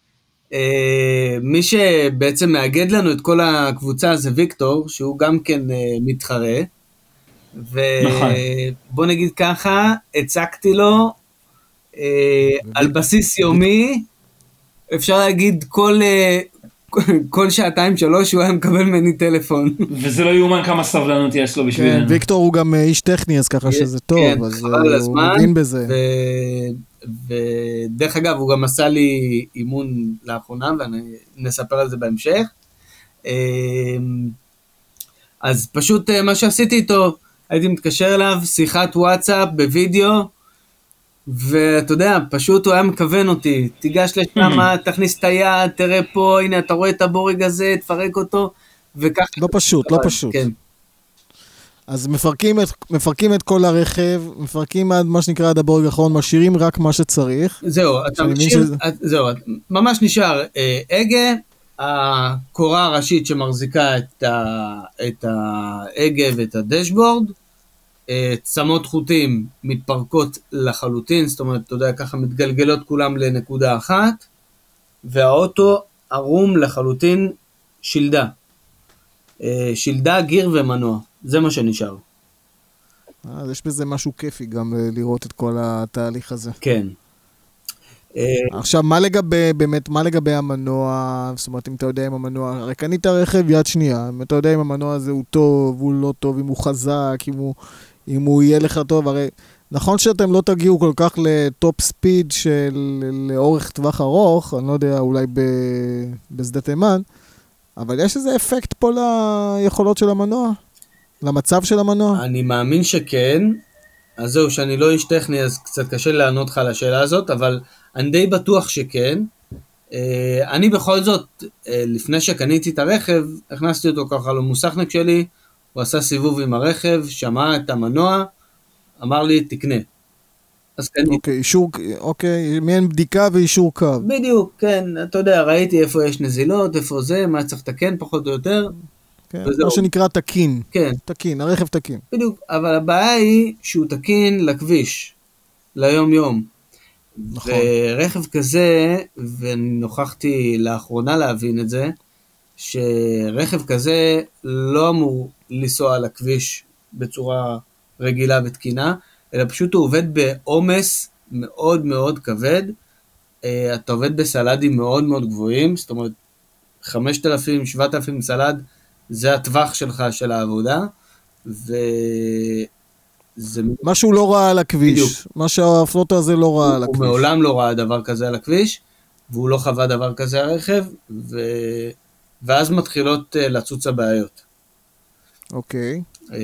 מי שבעצם מאגד לנו את כל הקבוצה זה ויקטור, שהוא גם כן מתחרה, ובוא נגיד ככה, הצקתי לו על בסיס יומי, אפשר להגיד כל 2-3 הוא היה מקבל ממני טלפון. וזה לא יאומן כמה סבלנות יש לו בשבילנו. כן, ויקטור הוא גם איש טכני, אז ככה שזה טוב, אז הוא מבין בזה. ודרך אגב, הוא גם עשה לי אימון לאחרונה, ונספר על זה בהמשך. אז פשוט מה שעשיתי איתו, הייתי מתקשר אליו, שיחת וואטסאפ בווידאו, ואתה יודע, פשוט הוא היה מכוון אותי, תיגש לשם, תכניס את היד, תראה פה, הנה אתה רואה את הבורג הזה, תפרק אותו, וכך... לא פשוט, לא פשוט. כן. אז מפרקים את כל הרכב, מפרקים עד מה שנקרא עד הבורג האחרון, משאירים רק מה שצריך. זהו, אתה משאיר, זהו, ממש נשאר הגה, הקורה הראשית שמחזיקה את ההגה ואת הדשבורד, צמות חוטים מתפרקות לחלוטין, זאת אומרת, אתה יודע, ככה מתגלגלות כולם לנקודה אחת, והאוטו ערום לחלוטין שלדה. שלדה, גיר ומנוע, זה מה שנשאר. אז יש בזה משהו כיפי גם לראות את כל התהליך הזה. כן. עכשיו, מה לגבי המנוע, זאת אומרת, אם אתה יודע אם המנוע, הרי קנית רכב יד שנייה, אם אתה יודע אם המנוע הזה הוא טוב, הוא לא טוב, אם הוא חזק, אם הוא יהיה לך טוב, הרי נכון שאתם לא תגיעו כל כך לטופ ספיד של לאורך טווח ארוך, אני לא יודע, אולי בשדה תימן, אבל יש איזה אפקט פה ליכולות של המנוע? למצב של המנוע? אני מאמין שכן, אז זהו, שאני לא איש טכני, אז קצת קשה לענות לך על השאלה הזאת, אבל אני די בטוח שכן. אני בכל זאת, לפני שקניתי את הרכב, הכנסתי אותו ככה למוסכניק שלי, הוא עשה סיבוב עם הרכב, שמע את המנוע, אמר לי, תקנה. אז אוקיי, מעין בדיקה ואישור קו. בדיוק, כן, אתה יודע, ראיתי איפה יש נזילות, איפה זה, מה צריך לתקן, פחות או יותר. כן, מה שנקרא תקין. כן. תקין, הרכב תקין. בדיוק, אבל הבעיה היא שהוא תקין לכביש, ליום יום. נכון. ורכב כזה, ונוכחתי לאחרונה להבין את זה, שרכב כזה לא אמור לנסוע על הכביש בצורה רגילה ותקינה, אלא פשוט הוא עובד בעומס מאוד מאוד כבד, אתה עובד בסלדים מאוד מאוד גבוהים, זאת אומרת 5,000-7,000 סלד זה הטווח שלך של העבודה, משהו לא רע על הכביש, בדיוק. מה שהפלוטו הזה לא רע על הכביש. הוא מעולם לא ראה דבר כזה על הכביש, והוא לא חווה דבר כזה על הרכב, ואז מתחילות לצוץ הבעיות. אוקיי.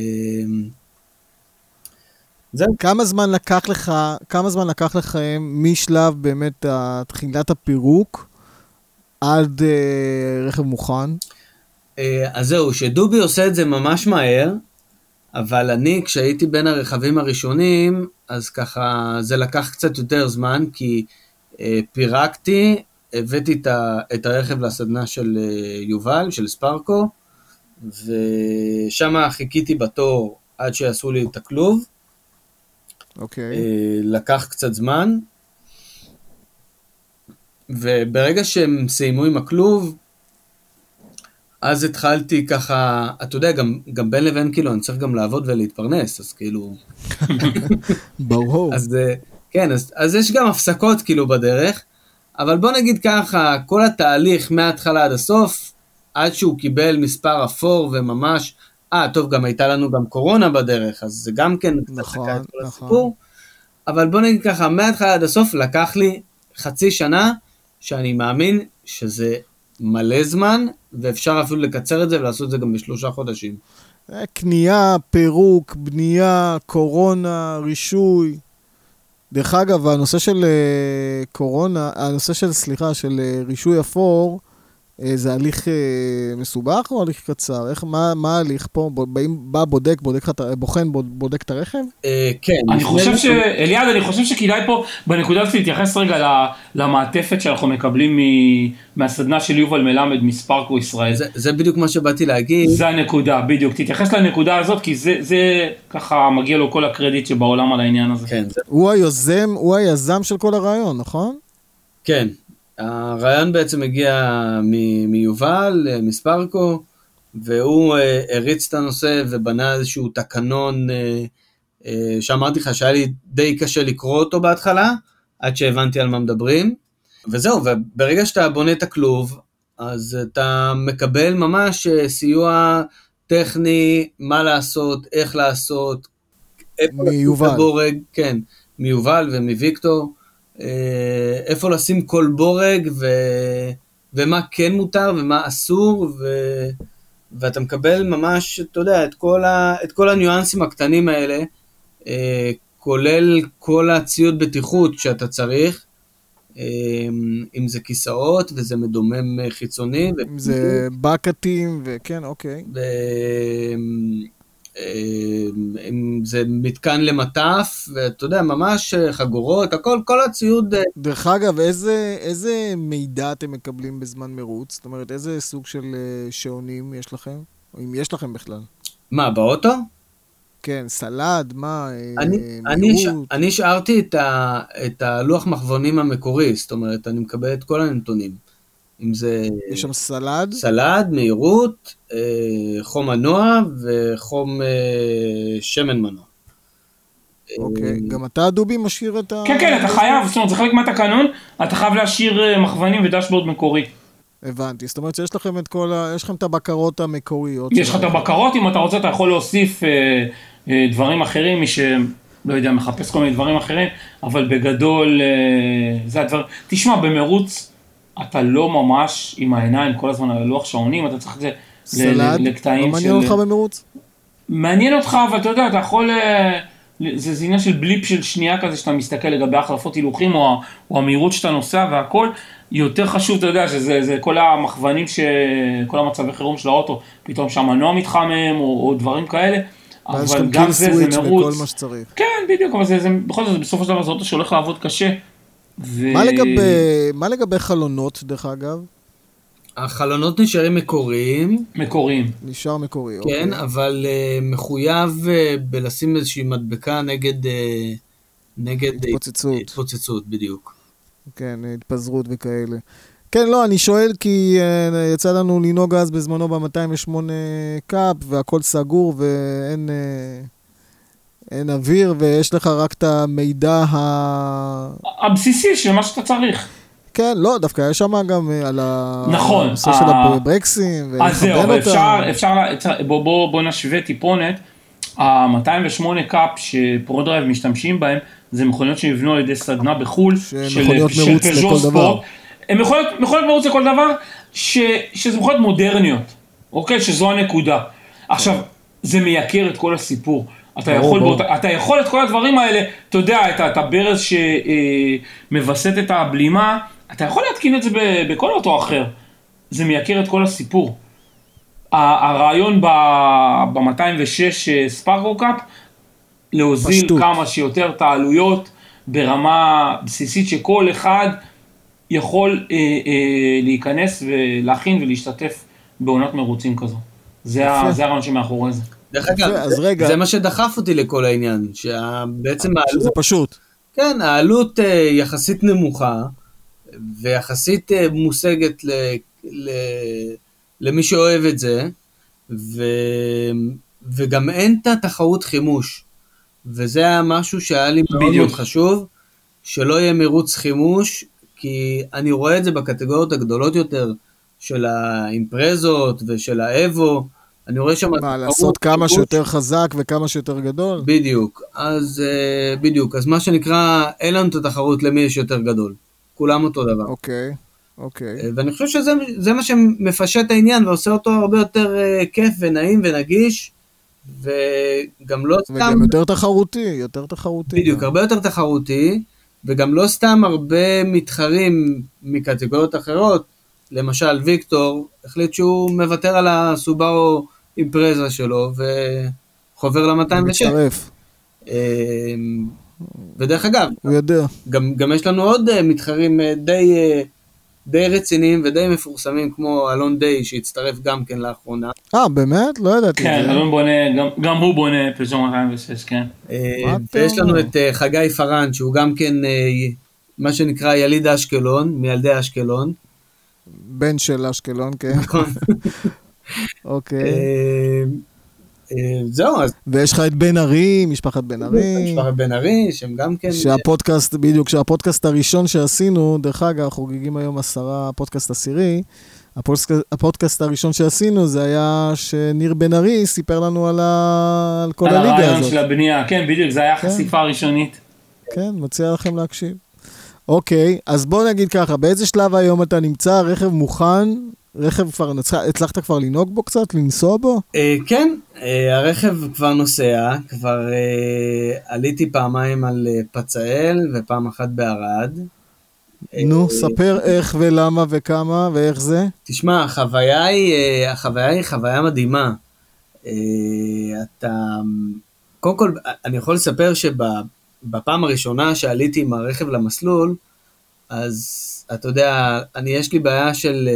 כמה זמן לקח לכם משלב באמת תחילת הפירוק עד רכב מוכן? אז זהו, שדובי עושה את זה ממש מהר, אבל אני, כשהייתי בין הרכבים הראשונים, אז ככה זה לקח קצת יותר זמן, כי פירקתי, הבאתי את הרכב לסדנה של יובל, של ספרקו, ושם חיכיתי בתור עד שיעשו לי את הכלוב. אוקיי. לקח קצת זמן, וברגע שהם סיימו עם הכלוב, אז התחלתי ככה, אתה יודע, גם בין לבין כאילו, אני צריך גם לעבוד ולהתפרנס, אז כאילו... ברור. אז כן, אז יש גם הפסקות כאילו בדרך, אבל בוא נגיד ככה, כל התהליך מההתחלה עד הסוף, עד שהוא קיבל מספר אפור וממש, טוב, גם הייתה לנו גם קורונה בדרך, אז זה גם כן נכון, קצת כל הסיפור, אבל בוא נגיד ככה, מההתחלה עד הסוף לקח לי חצי שנה, שאני מאמין שזה מלא זמן, ואפשר אפילו לקצר את זה ולעשות את זה גם ב3 חודשים. קנייה, פירוק, בנייה, קורונה, רישוי. דרך אגב, הנושא של קורונה, של רישוי אפור, זה הליך מסובך או הליך קצר? מה ההליך פה? בא בודק את הרכב? כן. אני חושב שכדאי פה, בנקודה הזאת להתייחס רגע למעטפת שאנחנו מקבלים מהסדנה של יובל מלמד מספרקו ישראל. זה בדיוק מה שבאתי להגיד. זה הנקודה, בדיוק. תתייחס לנקודה הזאת, כי זה ככה מגיע לו כל הקרדיט שבעולם על העניין הזה. כן. הוא היזם של כל הרעיון, נכון? כן. הרעיון בעצם הגיע מיובל, מספרקו, והוא הריץ את הנושא ובנה איזשהו תקנון, שאמרתי לך שהיה לי די קשה לקרוא אותו בהתחלה, עד שהבנתי על מה מדברים, וזהו, וברגע שאתה בונה את הכלוב, אז אתה מקבל ממש סיוע טכני, מה לעשות, איך לעשות, מיובל. כן, מיובל ומוויקטור, איפה לשים כל בורג, ומה כן מותר ומה אסור, ואתה מקבל ממש, אתה יודע, את כל הניואנסים הקטנים האלה, כולל כל הציוד בטיחות שאתה צריך, אם זה כיסאות, וזה מדומם חיצוני. אם זה בקטים, וכן, אוקיי. אם זה מתקן למטף, ואתה יודע, ממש חגורות, כל הציוד. דרך אגב, איזה מידע אתם מקבלים בזמן מרוץ? זאת אומרת, איזה סוג של שעונים יש לכם? או אם יש לכם בכלל? מה, באוטו? כן, סלד, מה? אני השארתי את הלוח מכוונים המקורי, זאת אומרת, אני מקבל את כל הנתונים. אם זה... יש שם סלד? סלד, מהירות, חום מנוע וחום שמן מנוע. אוקיי, גם אתה דובי משאיר את ה... כן, אתה חייב, זאת אומרת, זה חלק מהתקנון, אתה חייב להשאיר מכוונים ודשבורד מקורי. הבנתי, זאת אומרת שיש לכם יש לכם את הבקרות המקוריות. יש לך את הבקרות, אם אתה רוצה אתה יכול להוסיף דברים אחרים, מי שלא יודע, מחפש כל מיני דברים אחרים, אבל בגדול זה הדבר. תשמע, במרוץ אתה לא ממש עם העיניים כל הזמן על הלוח שעונים, אתה צריך את זה לקטעים של... לא מעניין אותך במרוץ? מעניין אותך, אבל אתה יודע, אתה יכול... זה עניין של בליפ של שנייה כזה, שאתה מסתכל לגבי החלפות הילוכים, או המהירות שאתה נוסע והכל. יותר חשוב, אתה יודע, שזה כל המכוונים, כל המצבי חירום של האוטו, פתאום שהמנוע מתחמם, או דברים כאלה. אבל גם זה מרוץ. וכל מה שצריך. כן, בדיוק, אבל זה בכל זאת, בסופו של דבר זה אוטו שהולך לעבוד קשה. מה לגבי חלונות, דרך אגב? החלונות נשארים מקוריים. נשאר מקורי, כן, אוקיי. אבל מחויב בלשים איזושהי מדבקה נגד התפוצצות, בדיוק. כן, התפזרות וכאלה. כן, לא, אני שואל כי יצא לנו לנהוג אז בזמנו ב-208 קאפ, והכל סגור ואין אוויר, ויש לך רק את המידע הבסיסי של מה שאתה צריך. כן, לא, דווקא היה שם גם על נכון, הנושא של הברקסים, אז זהו, בוא נשווה טיפונת, ה-208 קאפ שפרודרייב משתמשים בהם, זה מכוניות שנבנו על ידי סדנה בחול, של מרוץ לכל דבר. הם מכוניות מרוץ לכל דבר, שזה מכוניות מודרניות, אוקיי? שזו הנקודה. עכשיו, זה מייקר את כל הסיפור. אתה יכול את כל הדברים האלה, אתה יודע, את הברז שמבסט את הבלימה, אתה יכול להתקין את זה בכל אותו אחר. זה מייקר את כל הסיפור. הרעיון ב-206 ספארקו קאפ, להוזיל כמה שיותר את העלויות ברמה בסיסית שכל אחד יכול להיכנס ולהכין ולהשתתף בעונת מרוצים כזו. זה הרעיון שמאחורי זה. דרך אגב, זה מה שדחף אותי לכל העניין, שבעצם העלות... זה פשוט. כן, העלות יחסית נמוכה, ויחסית מושגת למי שאוהב את זה, וגם אין את התחרות חימוש, וזה היה משהו שהיה לי מאוד מאוד חשוב, שלא יהיה מרוץ חימוש, כי אני רואה את זה בקטגוריות הגדולות יותר, של האימפרזות ושל האבו, אני רואה שם... לעשות כמה שיותר חזק וכמה שיותר גדול? בדיוק, אז מה שנקרא, אין לנו את התחרות למי יש יותר גדול, כולם אותו דבר. אוקיי. ואני חושב שזה מה שמפשט העניין, ועושה אותו הרבה יותר כיף ונעים ונגיש, וגם לא סתם... וגם יותר תחרותי. בדיוק, הרבה יותר תחרותי, וגם לא סתם הרבה מתחרים מקטגוריות אחרות, למשל ויקטור, החליט שהוא מוותר על הסובארו אימפרזה שלו, וחובר ל-206. ודרך אגב, הוא יודע. גם יש לנו עוד מתחרים די רציניים ודי מפורסמים, כמו אלון די, שהצטרף גם כן לאחרונה. באמת? לא ידעתי. כן, אלון בונה, גם הוא בונה פז'ו 206, כן. ויש לנו את חגי פרן, שהוא גם כן, מה שנקרא יליד אשקלון, מילדי אשקלון. בן של אשקלון, כן. נכון. אוקיי. זהו, אז... ויש לך את בן ארי, משפחת בן ארי. משפחת בן ארי, שהם גם כן... שהפודקאסט הראשון שעשינו, דרך אגב, חוגגים היום 10, פודקאסט 10, הפודקאסט הראשון שעשינו, זה היה שניר בן ארי סיפר לנו על כל הליגה הזאת. על הרעיון של הבנייה, כן, בדיוק, זה היה חשיפה ראשונית. כן, מציע לכם להקשיב. אוקיי, אז בוא נגיד ככה, באיזה שלב היום אתה נמצא, רכב מוכן, רכב כבר, הצלחת כבר לנהוג בו קצת, לנסוע בו? כן, הרכב כבר נוסע, כבר עליתי פעמיים על פצאל ופעם אחת בערד. נו, ספר איך ולמה וכמה ואיך זה. תשמע, החוויה היא חוויה מדהימה. קודם כל, אני יכול לספר שבפעם הראשונה שעליתי עם הרכב למסלול, אז אתה יודע, יש לי בעיה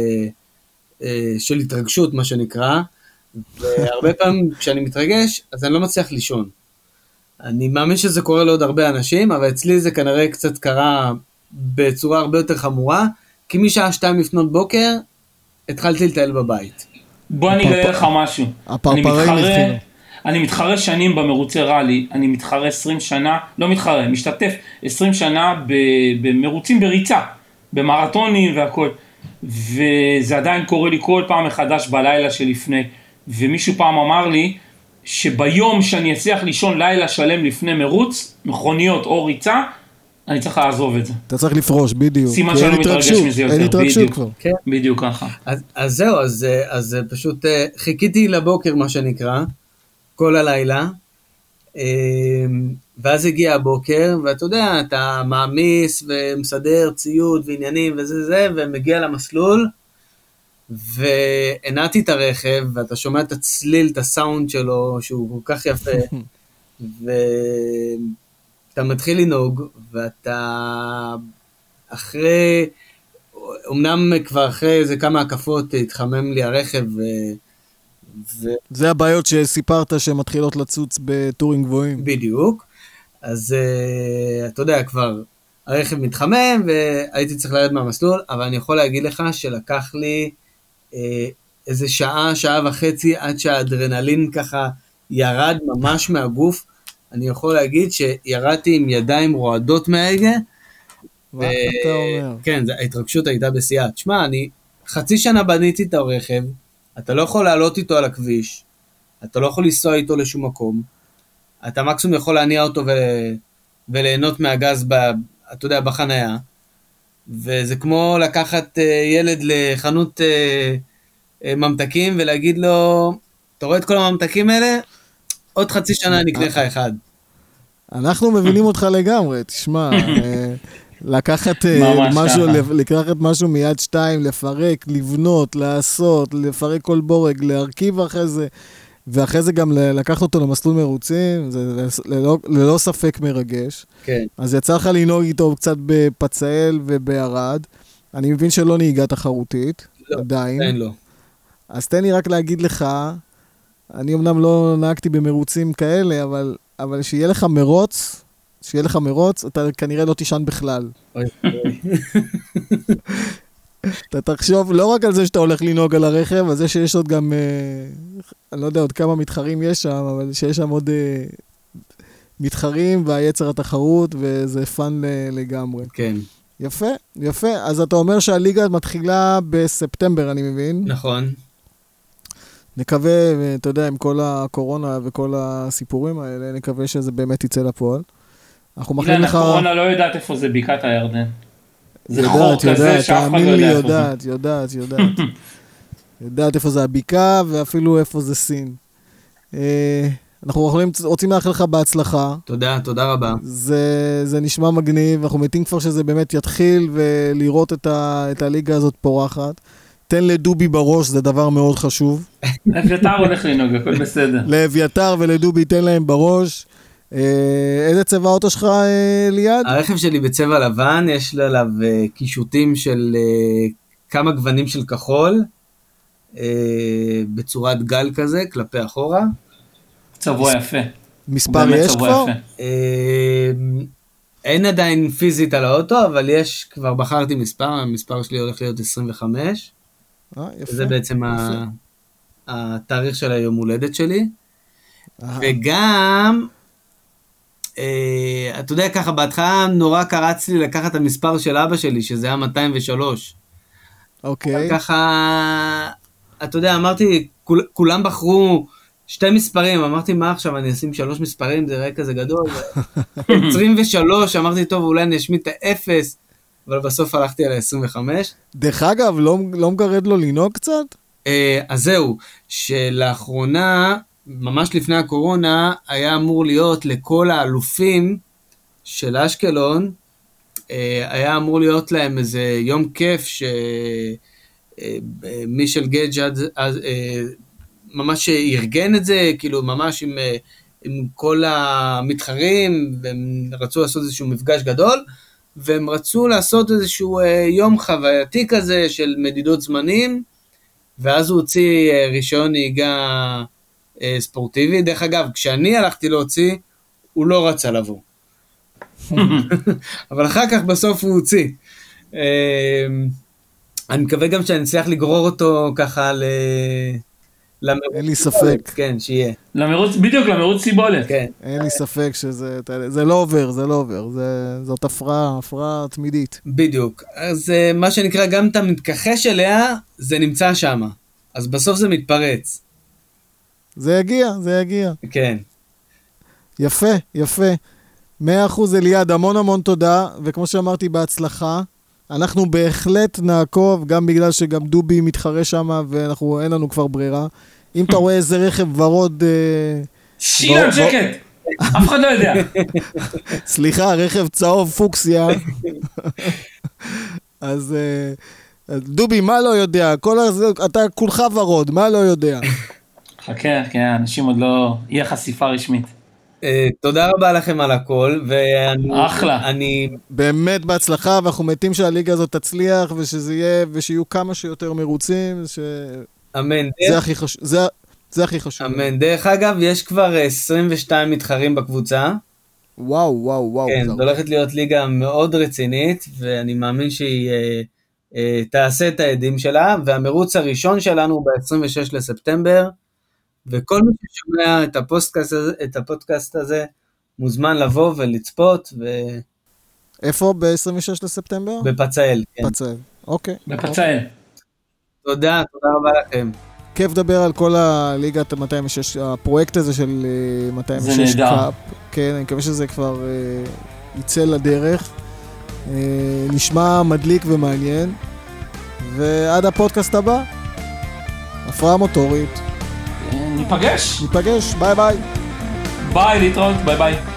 של התרגשות, מה שנקרא, והרבה פעמים כשאני מתרגש, אז אני לא מצליח לישון. אני מאמין שזה קורה לעוד הרבה אנשים, אבל אצלי זה כנראה קצת קרה בצורה הרבה יותר חמורה, כי משעה 2 לפנות בוקר, התחלתי לטייל בבית. בוא אני אגלה לך משהו. אני מתחרה שנים במרוצי רלי, אני מתחרה 20 שנה, לא מתחרה, משתתף 20 שנה במרוצים בריצה, במרתונים והכל. וזה עדיין קורה לי כל פעם מחדש בלילה שלפני, ומישהו פעם אמר לי שביום שאני אצליח לישון לילה שלם לפני מרוץ, מכוניות או ריצה, אני צריך לעזוב את זה. אתה צריך לפרוש, בדיוק. סימן שאני לא מתרגש מזה יותר, אין התרגשות כבר. בדיוק ככה. אז זהו, אז פשוט חיכיתי לבוקר מה שנקרא, כל הלילה, ואז הגיע הבוקר, ואתה יודע, אתה מעמיס ומסדר ציוד ועניינים וזה, ומגיע למסלול, והנעתי את הרכב, ואתה שומע את הצליל, את הסאונד שלו, שהוא כל כך יפה, ואתה מתחיל לנהוג, ואתה אחרי, אמנם כבר אחרי איזה כמה הקפות, התחמם לי הרכב, זה הבעיות שסיפרת שמתחילות לצוץ בטורים גבוהים. בדיוק. אז אתה יודע, כבר הרכב מתחמם, והייתי צריך לרד מהמסלול, אבל אני יכול להגיד לך שלקח לי איזה שעה וחצי, עד שהאדרנלין ככה ירד ממש מהגוף. אני יכול להגיד שירדתי עם ידיים רועדות מההגה, מה אתה אומר? כן, ההתרגשות הייתה בשיאה. תשמע, אני חצי שנה בניתי את הרכב, אתה לא יכול לעלות איתו על הכביש, אתה לא יכול לנסוע איתו לשום מקום, אתה מקסימום יכול להניע אותו וליהנות מהגז, אתה יודע, בחנייה, וזה כמו לקחת ילד לחנות ממתקים ולהגיד לו, אתה רואה את כל הממתקים האלה? עוד חצי שנה נקנה לך אחד. אנחנו מבינים אותך לגמרי, תשמע, לקחת משהו מיד שתיים, לפרק, לבנות, לעשות, לפרק כל בורג, להרכיב אחרי זה, ואחרי זה גם לקחת אותו למסלול מרוצים, זה ללא ספק מרגש. כן. אז יצא לך לנהוג איתו קצת בפצאל ובערד. אני מבין שלא נהיגה תחרותית, עדיין. עדיין לא. אז תן לי רק להגיד לך, אני אמנם לא נהגתי במרוצים כאלה, אבל שיהיה לך מרוץ, אתה כנראה לא תישן בכלל. אוי. אתה תחשוב לא רק על זה שאתה הולך לנהוג על הרכב, על זה שיש עוד גם, אני לא יודע עוד כמה מתחרים יש שם, אבל שיש שם עוד מתחרים והיצר התחרות, וזה פן לגמרי. כן. יפה, יפה. אז אתה אומר שהליגה מתחילה בספטמבר, אני מבין. נכון. נקווה, אתה יודע, עם כל הקורונה וכל הסיפורים האלה, נקווה שזה באמת יצא לפועל. אנחנו מאחלים לך... הקורונה לא יודעת איפה זה בקעת הירדן. זה חור כזה שאף אחד לא תאמין לי, יודע איפה יודעת. יודעת איפה זה הבקעה, ואפילו איפה זה סין. אנחנו רוצים לאחל לך בהצלחה. תודה רבה. זה נשמע מגניב, אנחנו מתים כבר שזה באמת יתחיל, ולראות את הליגה הזאת פורחת. תן לדובי בראש, זה דבר מאוד חשוב. אביתר הולך לנהוג, הכל בסדר. לאביתר ולדובי תן להם בראש. איזה צבע האוטו שלך ליד? הרכב שלי בצבע לבן, יש עליו קישוטים של כמה גוונים של כחול, בצורת גל כזה, כלפי אחורה. צבוע יפה. מספר יש כבר? אין עדיין פיזית על האוטו, אבל יש, כבר בחרתי מספר, המספר שלי הולך להיות 25. יפה. זה בעצם התאריך של היום הולדת שלי. וגם, אתה יודע ככה, בהתחלה נורא קרץ לי לקחת את המספר של אבא שלי, שזה היה 203. אוקיי. ככה, אתה יודע, אמרתי, כולם בחרו 2 מספרים, אמרתי, מה עכשיו, אני אשים 3 מספרים, זה רקע כזה גדול. 23, אמרתי, טוב, אולי אני אשמיט את ה-0, אבל בסוף הלכתי על ה-25. דרך אגב, לא מגרד לו לנהוג קצת? אז זהו, שלאחרונה, ממש לפני הקורונה, היה אמור להיות לכל האלופים של אשקלון, היה אמור להיות להם איזה יום כיף, מישל גדג' ממש ארגן את זה, כאילו ממש עם כל המתחרים, והם רצו לעשות איזשהו מפגש גדול, והם רצו לעשות איזשהו יום חווייתי כזה של מדידות זמנים, ואז הוא הוציא רישיון נהיגה ספורטיבי. דרך אגב, כשאני הלכתי להוציא, הוא לא רצה לבוא. אבל אחר כך בסוף הוא הוציא. אני מקווה גם שאני אצליח לגרור אותו ככה אין לי ספק. כן, שיהיה. בדיוק, למרוץ סיבולת. כן. אין לי ספק זה לא עובר, זאת הפרעה תמידית. בדיוק. אז מה שנקרא, גם אתה מתכחש אליה, זה נמצא שם. אז בסוף זה מתפרץ. זה יגיע. כן. יפה. 100% אליעד, המון תודה, וכמו שאמרתי, בהצלחה. אנחנו בהחלט נעקוב, גם בגלל שגם דובי מתחרה שם, ואין לנו כבר ברירה. אם אתה רואה איזה רכב ורוד... שילה ג'קט, אף אחד לא יודע. סליחה, רכב צהוב פוקסיה. אז דובי, מה לא יודע? אתה כולך ורוד, מה לא יודע? חכה, כן, אנשים עוד לא... יהיה חשיפה רשמית. תודה רבה לכם על הכל, אחלה. באמת בהצלחה, ואנחנו מתים שהליגה הזאת תצליח, ושזה יהיה, ושיהיו כמה שיותר מרוצים, אמן. זה הכי חשוב. אמן. דרך אגב, יש כבר 22 מתחרים בקבוצה. וואו. כן, זו הולכת להיות ליגה מאוד רצינית, ואני מאמין שהיא תעשה את העדים שלה, והמרוץ הראשון שלנו הוא ב-26 לספטמבר, וכל מי ששומע את הפודקאסט הזה, מוזמן לבוא ולצפות, איפה? ב-26 לספטמבר? בפצאל, כן. פצאל, אוקיי. בפצאל. תודה רבה לכם. כיף לדבר על כל הליגת 206, הפרויקט הזה של 206 קאפ. כן, אני מקווה שזה כבר יצא לדרך. נשמע מדליק ומעניין. ועד הפודקאסט הבא, הפרעה מוטורית. ניפגש. ביי ביי. ביי, להתראות, ביי ביי.